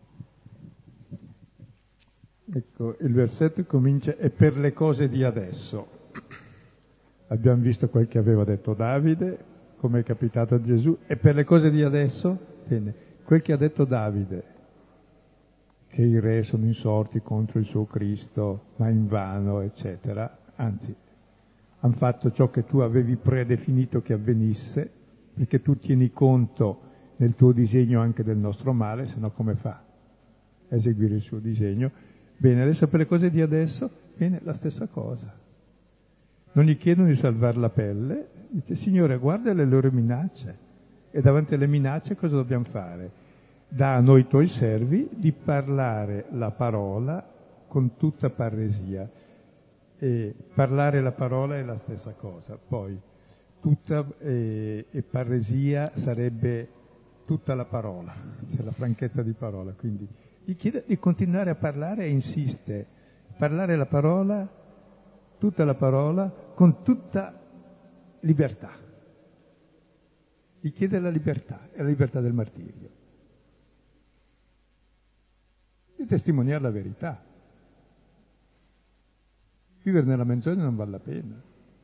Ecco, il versetto comincia, e per le cose di adesso. Abbiamo visto quel che aveva detto Davide, come è capitato a Gesù, e per le cose di adesso, bene, quel che ha detto Davide, che i re sono insorti contro il suo Cristo, ma invano, eccetera, anzi, hanno fatto ciò che tu avevi predefinito che avvenisse, perché tu tieni conto nel tuo disegno anche del nostro male, se no come fa a eseguire il suo disegno? Bene, adesso per le cose di adesso, bene, la stessa cosa. Non gli chiedono di salvare la pelle, dice, Signore, guarda le loro minacce, e davanti alle minacce cosa dobbiamo fare? Dà a noi tuoi servi di parlare la parola con tutta parresia. E parlare la parola è la stessa cosa, poi tutta e parresia sarebbe tutta la parola, cioè la franchezza di parola, quindi gli chiede di continuare a parlare e insiste, parlare la parola tutta la parola con tutta libertà. Gli chiede la libertà, è la libertà del martirio, di testimoniare la verità. Vivere nella menzogna non vale la pena.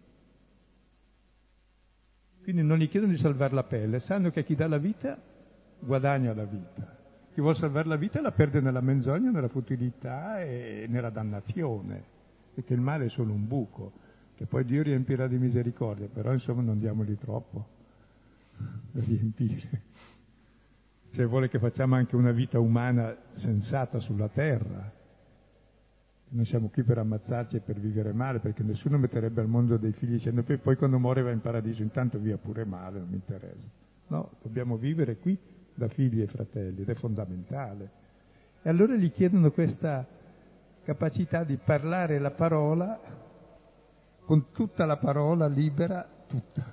Quindi non gli chiedono di salvare la pelle, sanno che chi dà la vita guadagna la vita. Chi vuole salvare la vita la perde nella menzogna, nella futilità e nella dannazione, perché il male è solo un buco, che poi Dio riempirà di misericordia, però insomma non diamogli troppo da riempire. Cioè vuole che facciamo anche una vita umana sensata sulla terra. Non siamo qui per ammazzarci e per vivere male, perché nessuno metterebbe al mondo dei figli dicendo poi quando muore va in paradiso, intanto via pure male, non mi interessa. No, dobbiamo vivere qui da figli e fratelli ed è fondamentale. E allora gli chiedono questa capacità di parlare la parola con tutta la parola libera, tutta,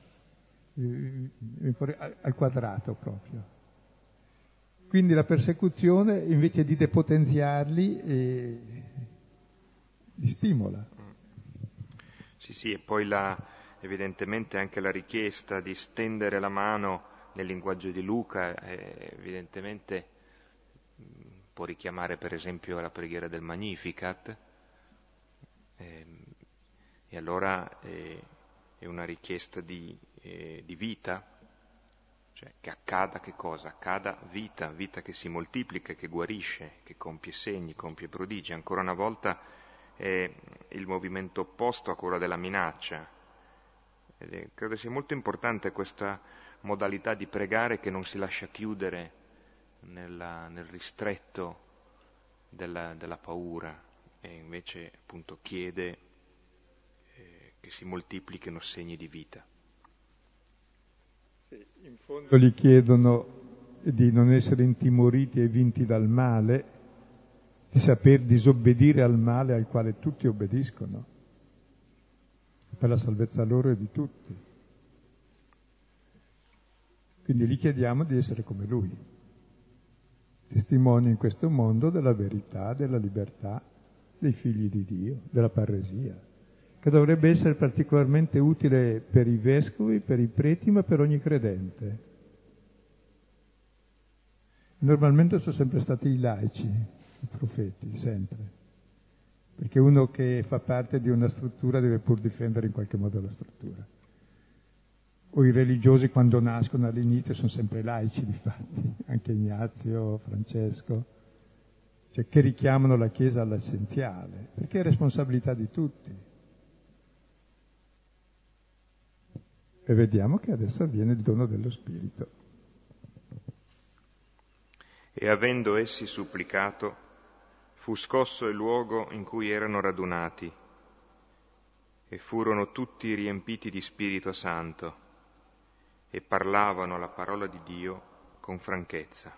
al quadrato proprio. Quindi la persecuzione, invece di depotenziarli, li stimola. Sì, e poi evidentemente anche la richiesta di stendere la mano nel linguaggio di Luca, evidentemente può richiamare per esempio la preghiera del Magnificat, e allora è una richiesta di vita. Cioè che accada che cosa? Accada vita che si moltiplica, che guarisce, che compie segni, compie prodigi. Ancora una volta è il movimento opposto a quello della minaccia. Credo sia molto importante questa modalità di pregare che non si lascia chiudere nel ristretto della paura e invece appunto chiede che si moltiplichino segni di vita. In fondo gli chiedono di non essere intimoriti e vinti dal male, di saper disobbedire al male al quale tutti obbediscono, per la salvezza loro e di tutti. Quindi gli chiediamo di essere come lui, testimoni in questo mondo della verità, della libertà, dei figli di Dio, della parresia, che dovrebbe essere particolarmente utile per i vescovi, per i preti, ma per ogni credente. Normalmente sono sempre stati i laici, i profeti, sempre. Perché uno che fa parte di una struttura deve pur difendere in qualche modo la struttura. O i religiosi quando nascono all'inizio sono sempre laici, difatti, anche Ignazio, Francesco, cioè che richiamano la Chiesa all'essenziale, perché è responsabilità di tutti. E vediamo che adesso avviene il dono dello Spirito. E avendo essi supplicato, fu scosso il luogo in cui erano radunati, e furono tutti riempiti di Spirito Santo, e parlavano la parola di Dio con franchezza.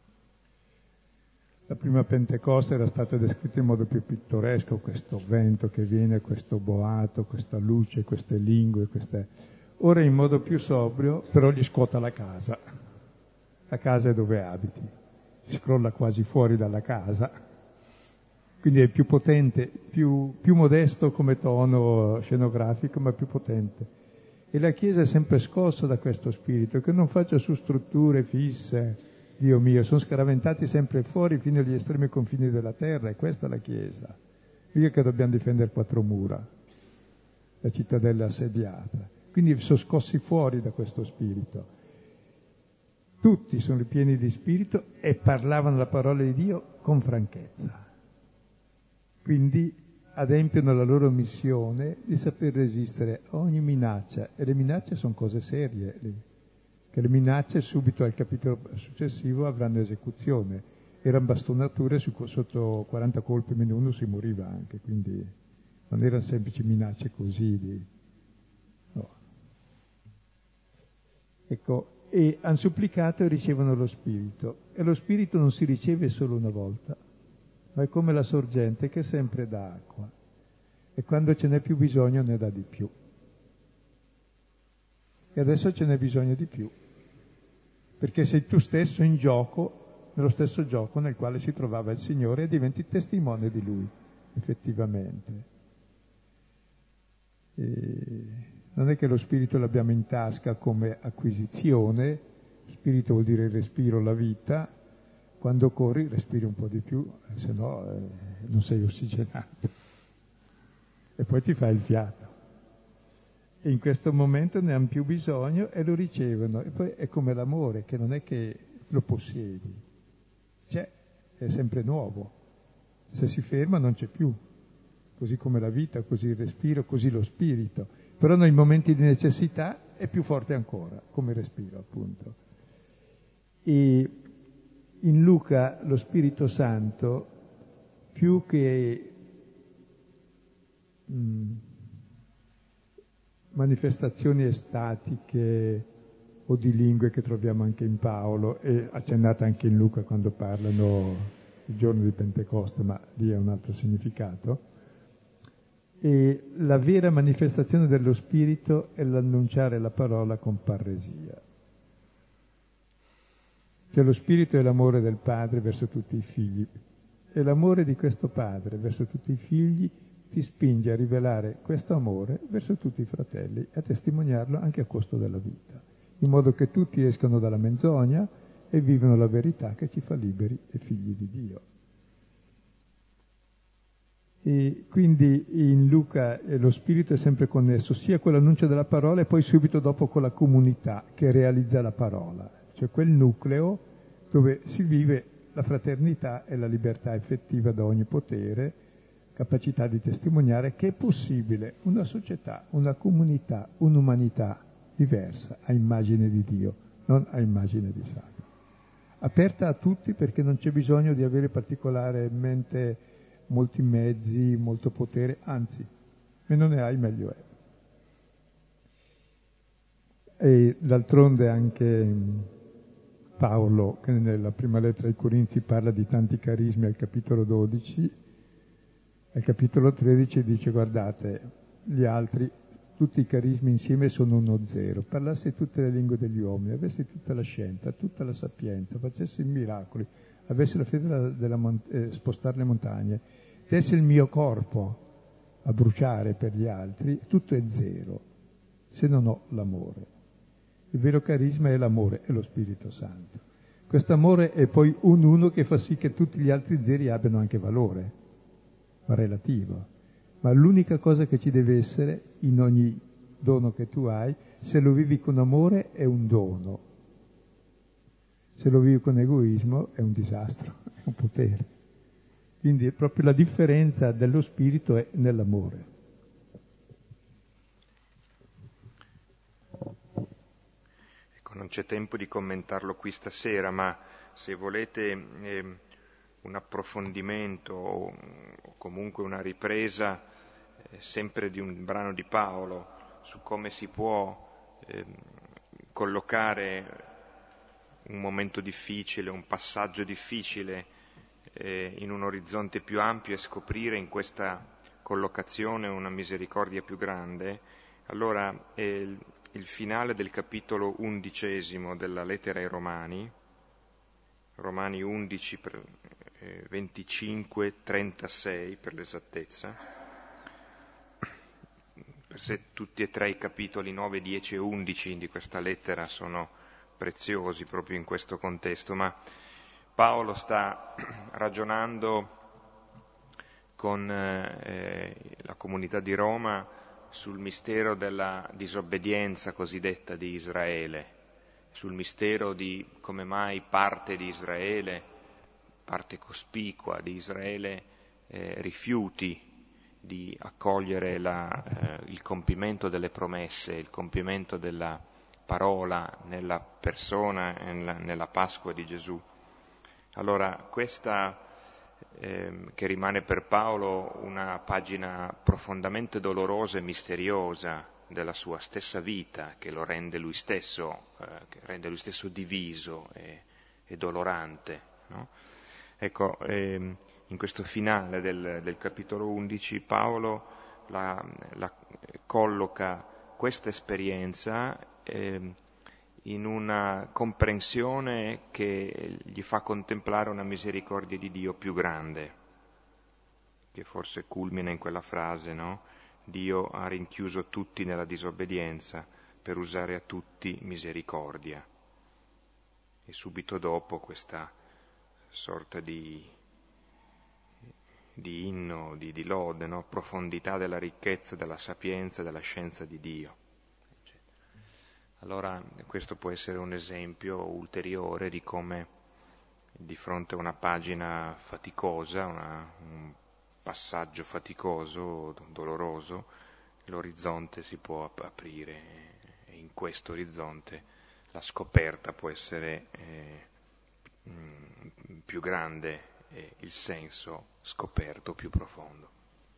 La prima Pentecoste era stata descritta in modo più pittoresco, questo vento che viene, questo boato, questa luce, queste lingue, Ora in modo più sobrio, però gli scuota la casa. La casa è dove abiti. Si scrolla quasi fuori dalla casa. Quindi è più potente, più modesto come tono scenografico, ma più potente. E la Chiesa è sempre scossa da questo spirito, che non faccia su strutture fisse, Dio mio, sono scaraventati sempre fuori fino agli estremi confini della terra, e questa è la Chiesa. Mica che dobbiamo difendere quattro mura, la cittadella assediata. Quindi sono scossi fuori da questo spirito. Tutti sono pieni di spirito e parlavano la parola di Dio con franchezza. Quindi adempiono la loro missione di saper resistere a ogni minaccia, e le minacce sono cose serie, che le minacce subito al capitolo successivo avranno esecuzione. Erano bastonature sotto 40 colpi meno uno si moriva anche, quindi non erano semplici minacce così no. Ecco, e hanno supplicato e ricevono lo Spirito. E lo Spirito non si riceve solo una volta, ma è come la sorgente che sempre dà acqua. E quando ce n'è più bisogno ne dà di più. E adesso ce n'è bisogno di più. Perché sei tu stesso in gioco, nello stesso gioco nel quale si trovava il Signore, e diventi testimone di Lui, effettivamente. Non è che lo spirito l'abbiamo in tasca come acquisizione, spirito vuol dire il respiro, la vita, quando corri respiri un po' di più, se no non sei ossigenato. E poi ti fai il fiato. E in questo momento ne hanno più bisogno e lo ricevono. E poi è come l'amore, che non è che lo possiedi, c'è, è sempre nuovo. Se si ferma non c'è più, così come la vita, così il respiro, così lo spirito. Però nei momenti di necessità è più forte ancora, come il respiro appunto. E in Luca lo Spirito Santo, più che manifestazioni estatiche o di lingue che troviamo anche in Paolo e accennata anche in Luca quando parlano il giorno di Pentecoste, ma lì è un altro significato, e la vera manifestazione dello Spirito è l'annunciare la parola con parresia. Cioè lo Spirito è l'amore del Padre verso tutti i figli, e l'amore di questo Padre verso tutti i figli ti spinge a rivelare questo amore verso tutti i fratelli, a testimoniarlo anche a costo della vita, in modo che tutti escano dalla menzogna e vivono la verità che ci fa liberi e figli di Dio. E quindi in Luca lo Spirito è sempre connesso sia con l'annuncio della parola e poi subito dopo con la comunità che realizza la parola, cioè quel nucleo dove si vive la fraternità e la libertà effettiva da ogni potere, capacità di testimoniare che è possibile una società, una comunità, un'umanità diversa a immagine di Dio, non a immagine di Satana. Aperta a tutti perché non c'è bisogno di avere particolarmente molti mezzi, molto potere, anzi, meno ne hai meglio è. E d'altronde anche Paolo, che nella prima lettera ai Corinzi parla di tanti carismi al capitolo 12, al capitolo 13 dice: guardate, gli altri, tutti i carismi insieme sono uno zero. Parlassi tutte le lingue degli uomini, avessi tutta la scienza, tutta la sapienza, facessi miracoli, avessi la fede spostare le montagne, dessi il mio corpo a bruciare per gli altri, tutto è zero, se non ho l'amore. Il vero carisma è l'amore, è lo Spirito Santo. Questo amore è poi un uno che fa sì che tutti gli altri zeri abbiano anche valore, ma relativo. Ma l'unica cosa che ci deve essere in ogni dono che tu hai, se lo vivi con amore è un dono, se lo vivi con egoismo è un disastro, è un potere. Quindi proprio la differenza dello spirito è nell'amore. Ecco, non c'è tempo di commentarlo qui stasera, ma se volete un approfondimento o comunque una ripresa sempre di un brano di Paolo su come si può collocare un momento difficile, un passaggio difficile in un orizzonte più ampio e scoprire in questa collocazione una misericordia più grande, allora il finale del capitolo 11 della lettera ai Romani, Romani 11, 25, 36 per l'esattezza, per sé tutti e tre i capitoli 9, 10 e 11 di questa lettera sono preziosi proprio in questo contesto, ma Paolo sta ragionando con la comunità di Roma sul mistero della disobbedienza cosiddetta di Israele, sul mistero di come mai parte di Israele, parte cospicua di Israele, rifiuti di accogliere il compimento delle promesse, il compimento della parola nella persona e nella Pasqua di Gesù. Allora, questa che rimane per Paolo una pagina profondamente dolorosa e misteriosa della sua stessa vita, che lo rende lui stesso, diviso e dolorante, no? Ecco, in questo finale del capitolo 11 Paolo la colloca questa esperienza in una comprensione che gli fa contemplare una misericordia di Dio più grande, che forse culmina in quella frase, no? Dio ha rinchiuso tutti nella disobbedienza per usare a tutti misericordia. E subito dopo questa sorta di inno, di lode, no? Profondità della ricchezza, della sapienza, della scienza di Dio. Allora questo può essere un esempio ulteriore di come di fronte a una pagina faticosa, un passaggio faticoso, doloroso, l'orizzonte si può aprire e in questo orizzonte la scoperta può essere più grande e il senso scoperto più profondo.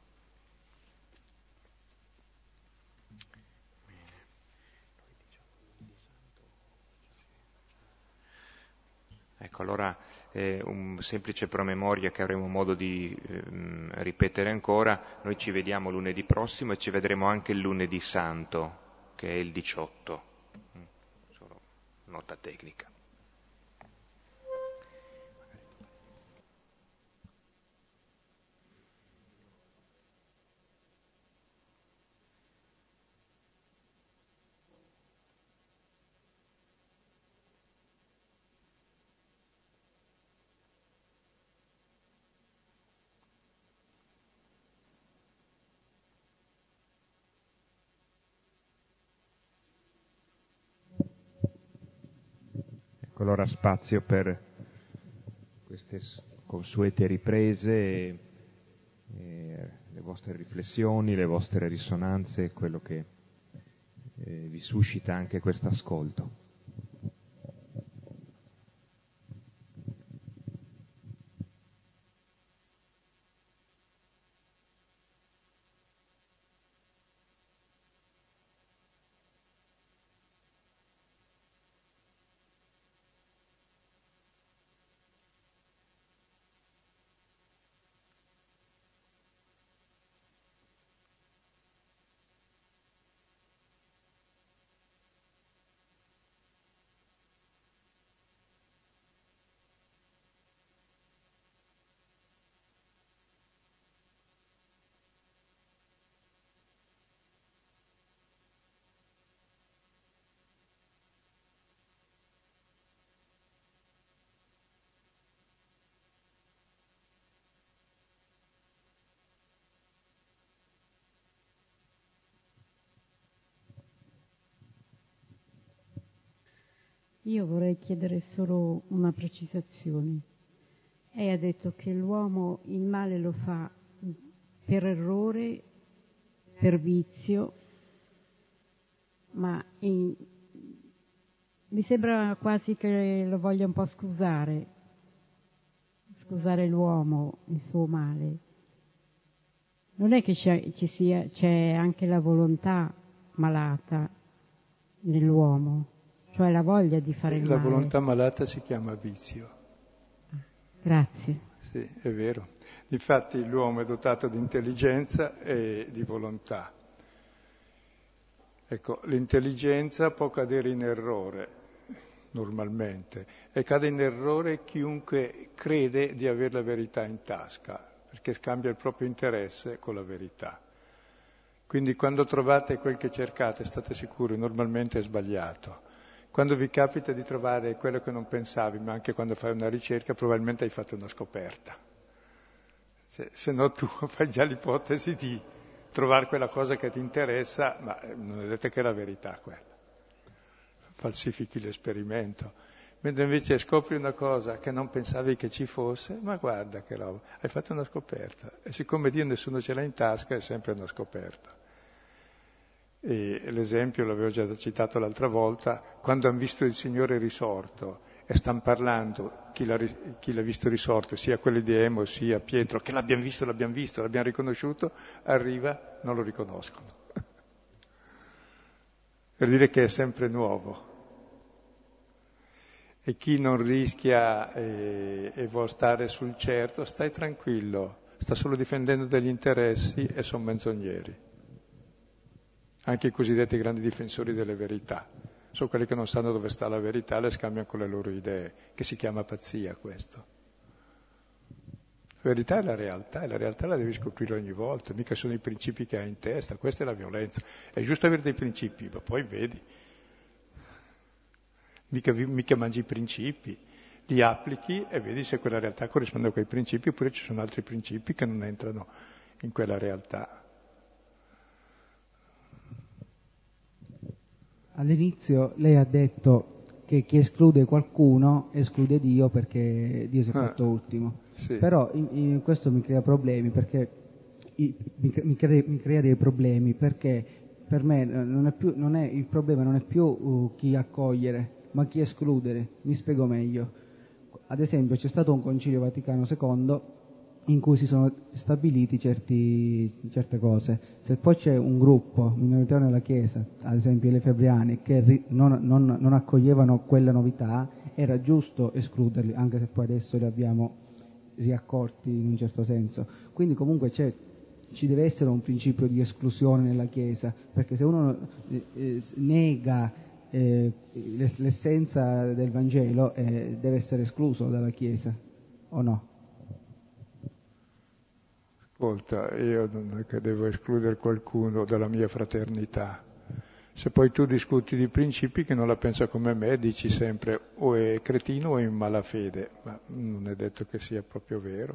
Ecco, allora un semplice promemoria che avremo modo di ripetere ancora. Noi ci vediamo lunedì prossimo e ci vedremo anche il lunedì santo, che è il 18. Solo nota tecnica. Allora spazio per queste consuete riprese, le vostre riflessioni, le vostre risonanze, quello che vi suscita anche questo ascolto. Io vorrei chiedere solo una precisazione. Lei ha detto che l'uomo il male lo fa per errore, per vizio, ma mi sembra quasi che lo voglia un po' scusare l'uomo, il suo male. Non è che c'è anche la volontà malata nell'uomo, cioè la voglia di fare il male. La volontà malata si chiama vizio. Grazie. Sì, è vero. Difatti l'uomo è dotato di intelligenza e di volontà. Ecco, l'intelligenza può cadere in errore, normalmente, e cade in errore chiunque crede di avere la verità in tasca, perché scambia il proprio interesse con la verità. Quindi quando trovate quel che cercate, state sicuri, normalmente è sbagliato. Quando vi capita di trovare quello che non pensavi, ma anche quando fai una ricerca, probabilmente hai fatto una scoperta. Se no tu fai già l'ipotesi di trovare quella cosa che ti interessa, ma non è detto che è la verità quella. Falsifichi l'esperimento. Mentre invece scopri una cosa che non pensavi che ci fosse, ma guarda che roba, hai fatto una scoperta. E siccome Dio nessuno ce l'ha in tasca, è sempre una scoperta. E l'esempio l'avevo già citato l'altra volta, quando hanno visto il Signore risorto e stanno parlando chi l'ha visto risorto, sia quelli di Emo sia Pietro, che l'abbiamo visto, l'abbiamo riconosciuto, arriva, non lo riconoscono. Per dire che è sempre nuovo. E chi non rischia e vuol stare sul certo, stai tranquillo, sta solo difendendo degli interessi e sono menzogneri. Anche i cosiddetti grandi difensori delle verità. Sono quelli che non sanno dove sta la verità, le scambiano con le loro idee, che si chiama pazzia questo. La verità è la realtà, e la realtà la devi scoprire ogni volta, mica sono i principi che hai in testa, questa è la violenza. È giusto avere dei principi, ma poi vedi, mica mangi i principi, li applichi e vedi se quella realtà corrisponde a quei principi, oppure ci sono altri principi che non entrano in quella realtà. All'inizio lei ha detto che chi esclude qualcuno esclude Dio perché Dio si è fatto ultimo. Sì. Però questo mi crea problemi perché mi crea dei problemi perché per me il problema non è più chi accogliere, ma chi escludere. Mi spiego meglio. Ad esempio c'è stato un Concilio Vaticano II in cui si sono stabiliti certe cose. Se poi c'è un gruppo minoritario nella Chiesa, ad esempio i lefebvriani, che non accoglievano quella novità, era giusto escluderli, anche se poi adesso li abbiamo riaccolti in un certo senso. Quindi comunque ci deve essere un principio di esclusione nella Chiesa, perché se uno nega l'essenza del Vangelo deve essere escluso dalla Chiesa, o no? Ascolta, io non è che devo escludere qualcuno dalla mia fraternità. Se poi tu discuti di principi che non la pensa come me, dici sempre o è cretino o è in malafede, ma non è detto che sia proprio vero.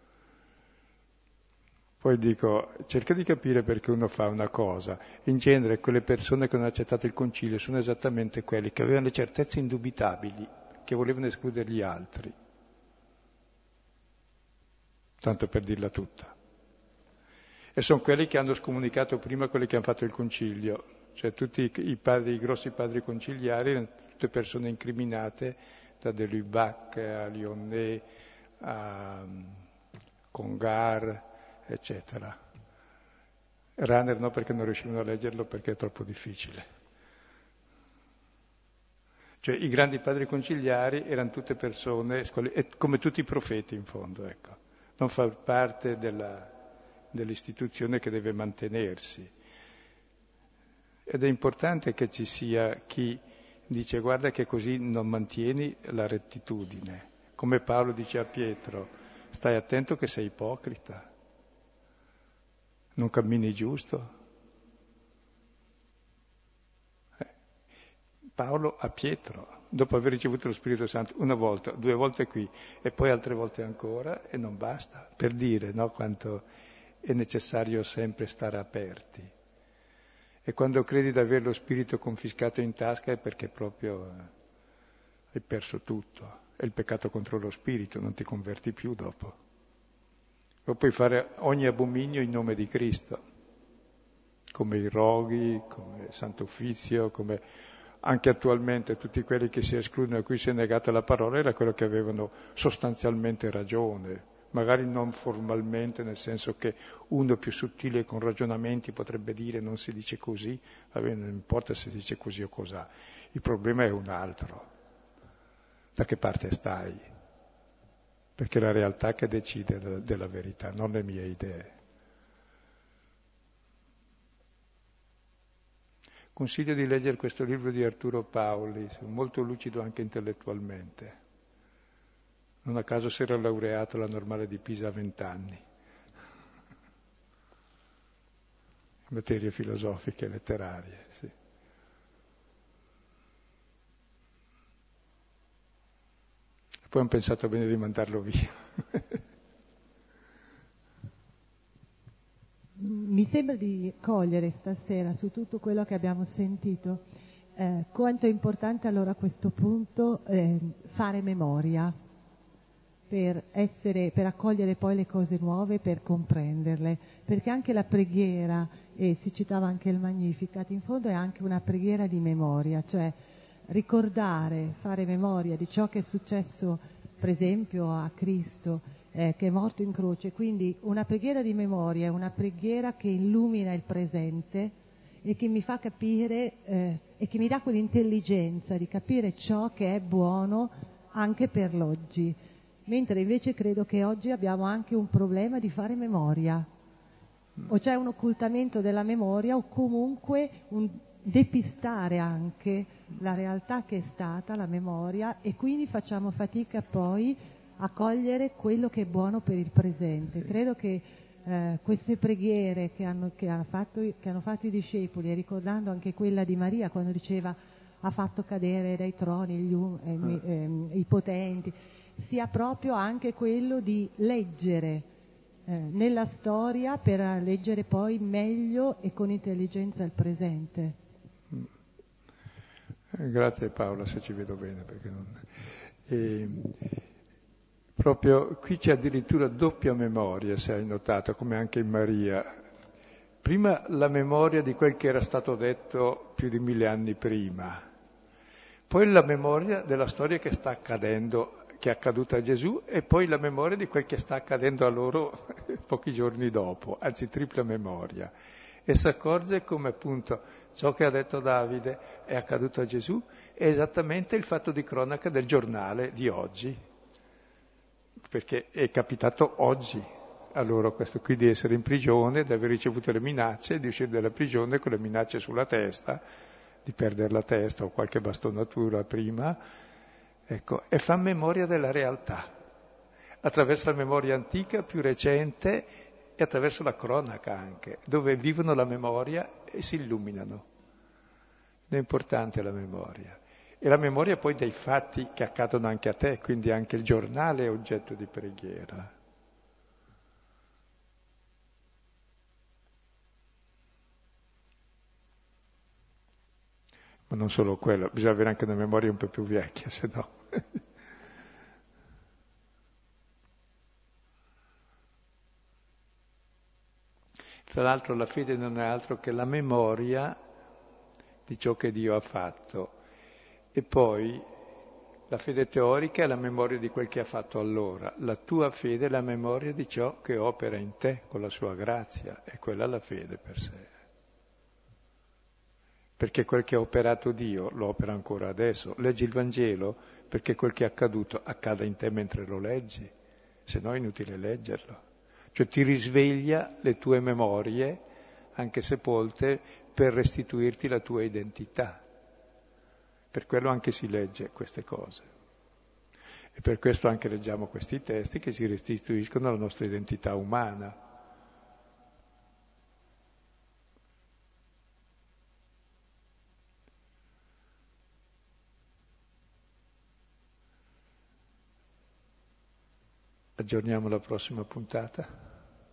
Poi dico, cerca di capire perché uno fa una cosa. In genere quelle persone che hanno accettato il concilio sono esattamente quelli che avevano le certezze indubitabili, che volevano escludere gli altri. Tanto per dirla tutta. E sono quelli che hanno scomunicato prima quelli che hanno fatto il concilio, cioè tutti i grossi padri conciliari erano tutte persone incriminate, da De Lubac a Lyonnais, a Congar, eccetera. Runner no, perché non riuscivano a leggerlo perché è troppo difficile. Cioè i grandi padri conciliari erano tutte persone, come tutti i profeti in fondo, ecco. Non fa parte dell'istituzione che deve mantenersi. Ed è importante che ci sia chi dice guarda che così non mantieni la rettitudine. Come Paolo dice a Pietro, stai attento che sei ipocrita, non cammini giusto. Paolo a Pietro, dopo aver ricevuto lo Spirito Santo una volta, 2 volte qui e poi altre volte ancora, e non basta, per dire no, quanto è necessario sempre stare aperti. E quando credi di avere lo Spirito confiscato in tasca è perché proprio hai perso tutto. È il peccato contro lo Spirito, non ti converti più dopo. O puoi fare ogni abominio in nome di Cristo, come i roghi, come il Santo Uffizio, come anche attualmente tutti quelli che si escludono a cui si è negata la parola era quello che avevano sostanzialmente ragione, magari non formalmente, nel senso che uno più sottile con ragionamenti potrebbe dire non si dice così, vabbè, non importa se si dice così o cos'ha, il problema è un altro, da che parte stai? Perché è la realtà che decide della verità, non le mie idee. Consiglio di leggere questo libro di Arturo Paoli, molto lucido anche intellettualmente. Non a caso si era laureato alla Normale di Pisa a 20 anni. Materie filosofiche e letterarie, sì. E poi hanno pensato bene di mandarlo via. Mi sembra di cogliere stasera su tutto quello che abbiamo sentito quanto è importante allora a questo punto fare memoria per accogliere poi le cose nuove, per comprenderle, perché anche la preghiera, e si citava anche il Magnificat, in fondo è anche una preghiera di memoria, cioè ricordare, fare memoria di ciò che è successo per esempio a Cristo, che è morto in croce, quindi una preghiera di memoria è una preghiera che illumina il presente e che mi fa capire e che mi dà quell'intelligenza di capire ciò che è buono anche per l'oggi, mentre invece credo che oggi abbiamo anche un problema di fare memoria, o c'è un occultamento della memoria o comunque un depistare anche la realtà che è stata la memoria, e quindi facciamo fatica poi cogliere quello che è buono per il presente. Credo che queste preghiere che hanno fatto i discepoli, e ricordando anche quella di Maria quando diceva ha fatto cadere dai troni i potenti, sia proprio anche quello di leggere nella storia per leggere poi meglio e con intelligenza il presente. Grazie Paola, se ci vedo bene, perché non... proprio qui c'è addirittura doppia memoria, se hai notato, come anche in Maria. Prima la memoria di quel che era stato detto più di 1000 anni prima, poi la memoria della storia che sta accadendo, che è accaduta a Gesù, e poi la memoria di quel che sta accadendo a loro pochi giorni dopo, anzi tripla memoria. E si accorge come appunto ciò che ha detto Davide è accaduto a Gesù, è esattamente il fatto di cronaca del giornale di oggi, perché è capitato oggi a loro questo qui di essere in prigione, di aver ricevuto le minacce, di uscire dalla prigione con le minacce sulla testa, di perdere la testa o qualche bastonatura prima, ecco, e fa memoria della realtà, attraverso la memoria antica, più recente, e attraverso la cronaca anche, dove vivono la memoria e si illuminano. È importante la memoria. E la memoria poi dei fatti che accadono anche a te, quindi anche il giornale è oggetto di preghiera. Ma non solo quello, bisogna avere anche una memoria un po' più vecchia, se no. Tra l'altro la fede non è altro che la memoria di ciò che Dio ha fatto. E poi la fede teorica è la memoria di quel che ha fatto allora. La tua fede è la memoria di ciò che opera in te con la sua grazia. E quella è la fede per sé. Perché quel che ha operato Dio lo opera ancora adesso. Leggi il Vangelo perché quel che è accaduto accada in te mentre lo leggi, se no è inutile leggerlo. Cioè ti risveglia le tue memorie, anche sepolte, per restituirti la tua identità. Per quello anche si legge queste cose. E per questo anche leggiamo questi testi che si restituiscono alla nostra identità umana. Aggiorniamo la prossima puntata.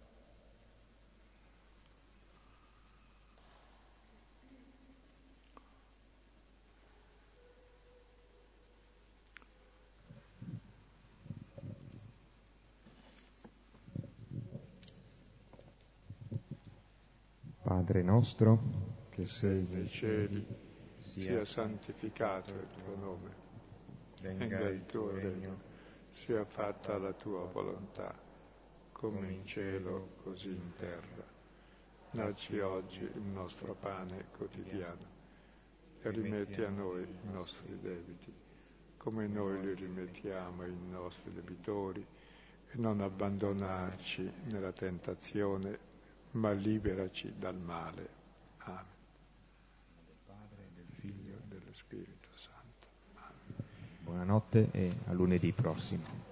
Padre nostro, Che sei nei cieli, sia santificato il tuo nome. Venga il tuo regno, sia fatta la tua volontà, come in cielo, così in terra. Dacci oggi il nostro pane quotidiano e rimetti a noi i nostri debiti, come noi li rimettiamo ai nostri debitori, e non abbandonarci nella tentazione, ma liberaci dal male. Amen. Del Padre, del Figlio e dello Spirito Santo. Amen. Buonanotte e a lunedì prossimo.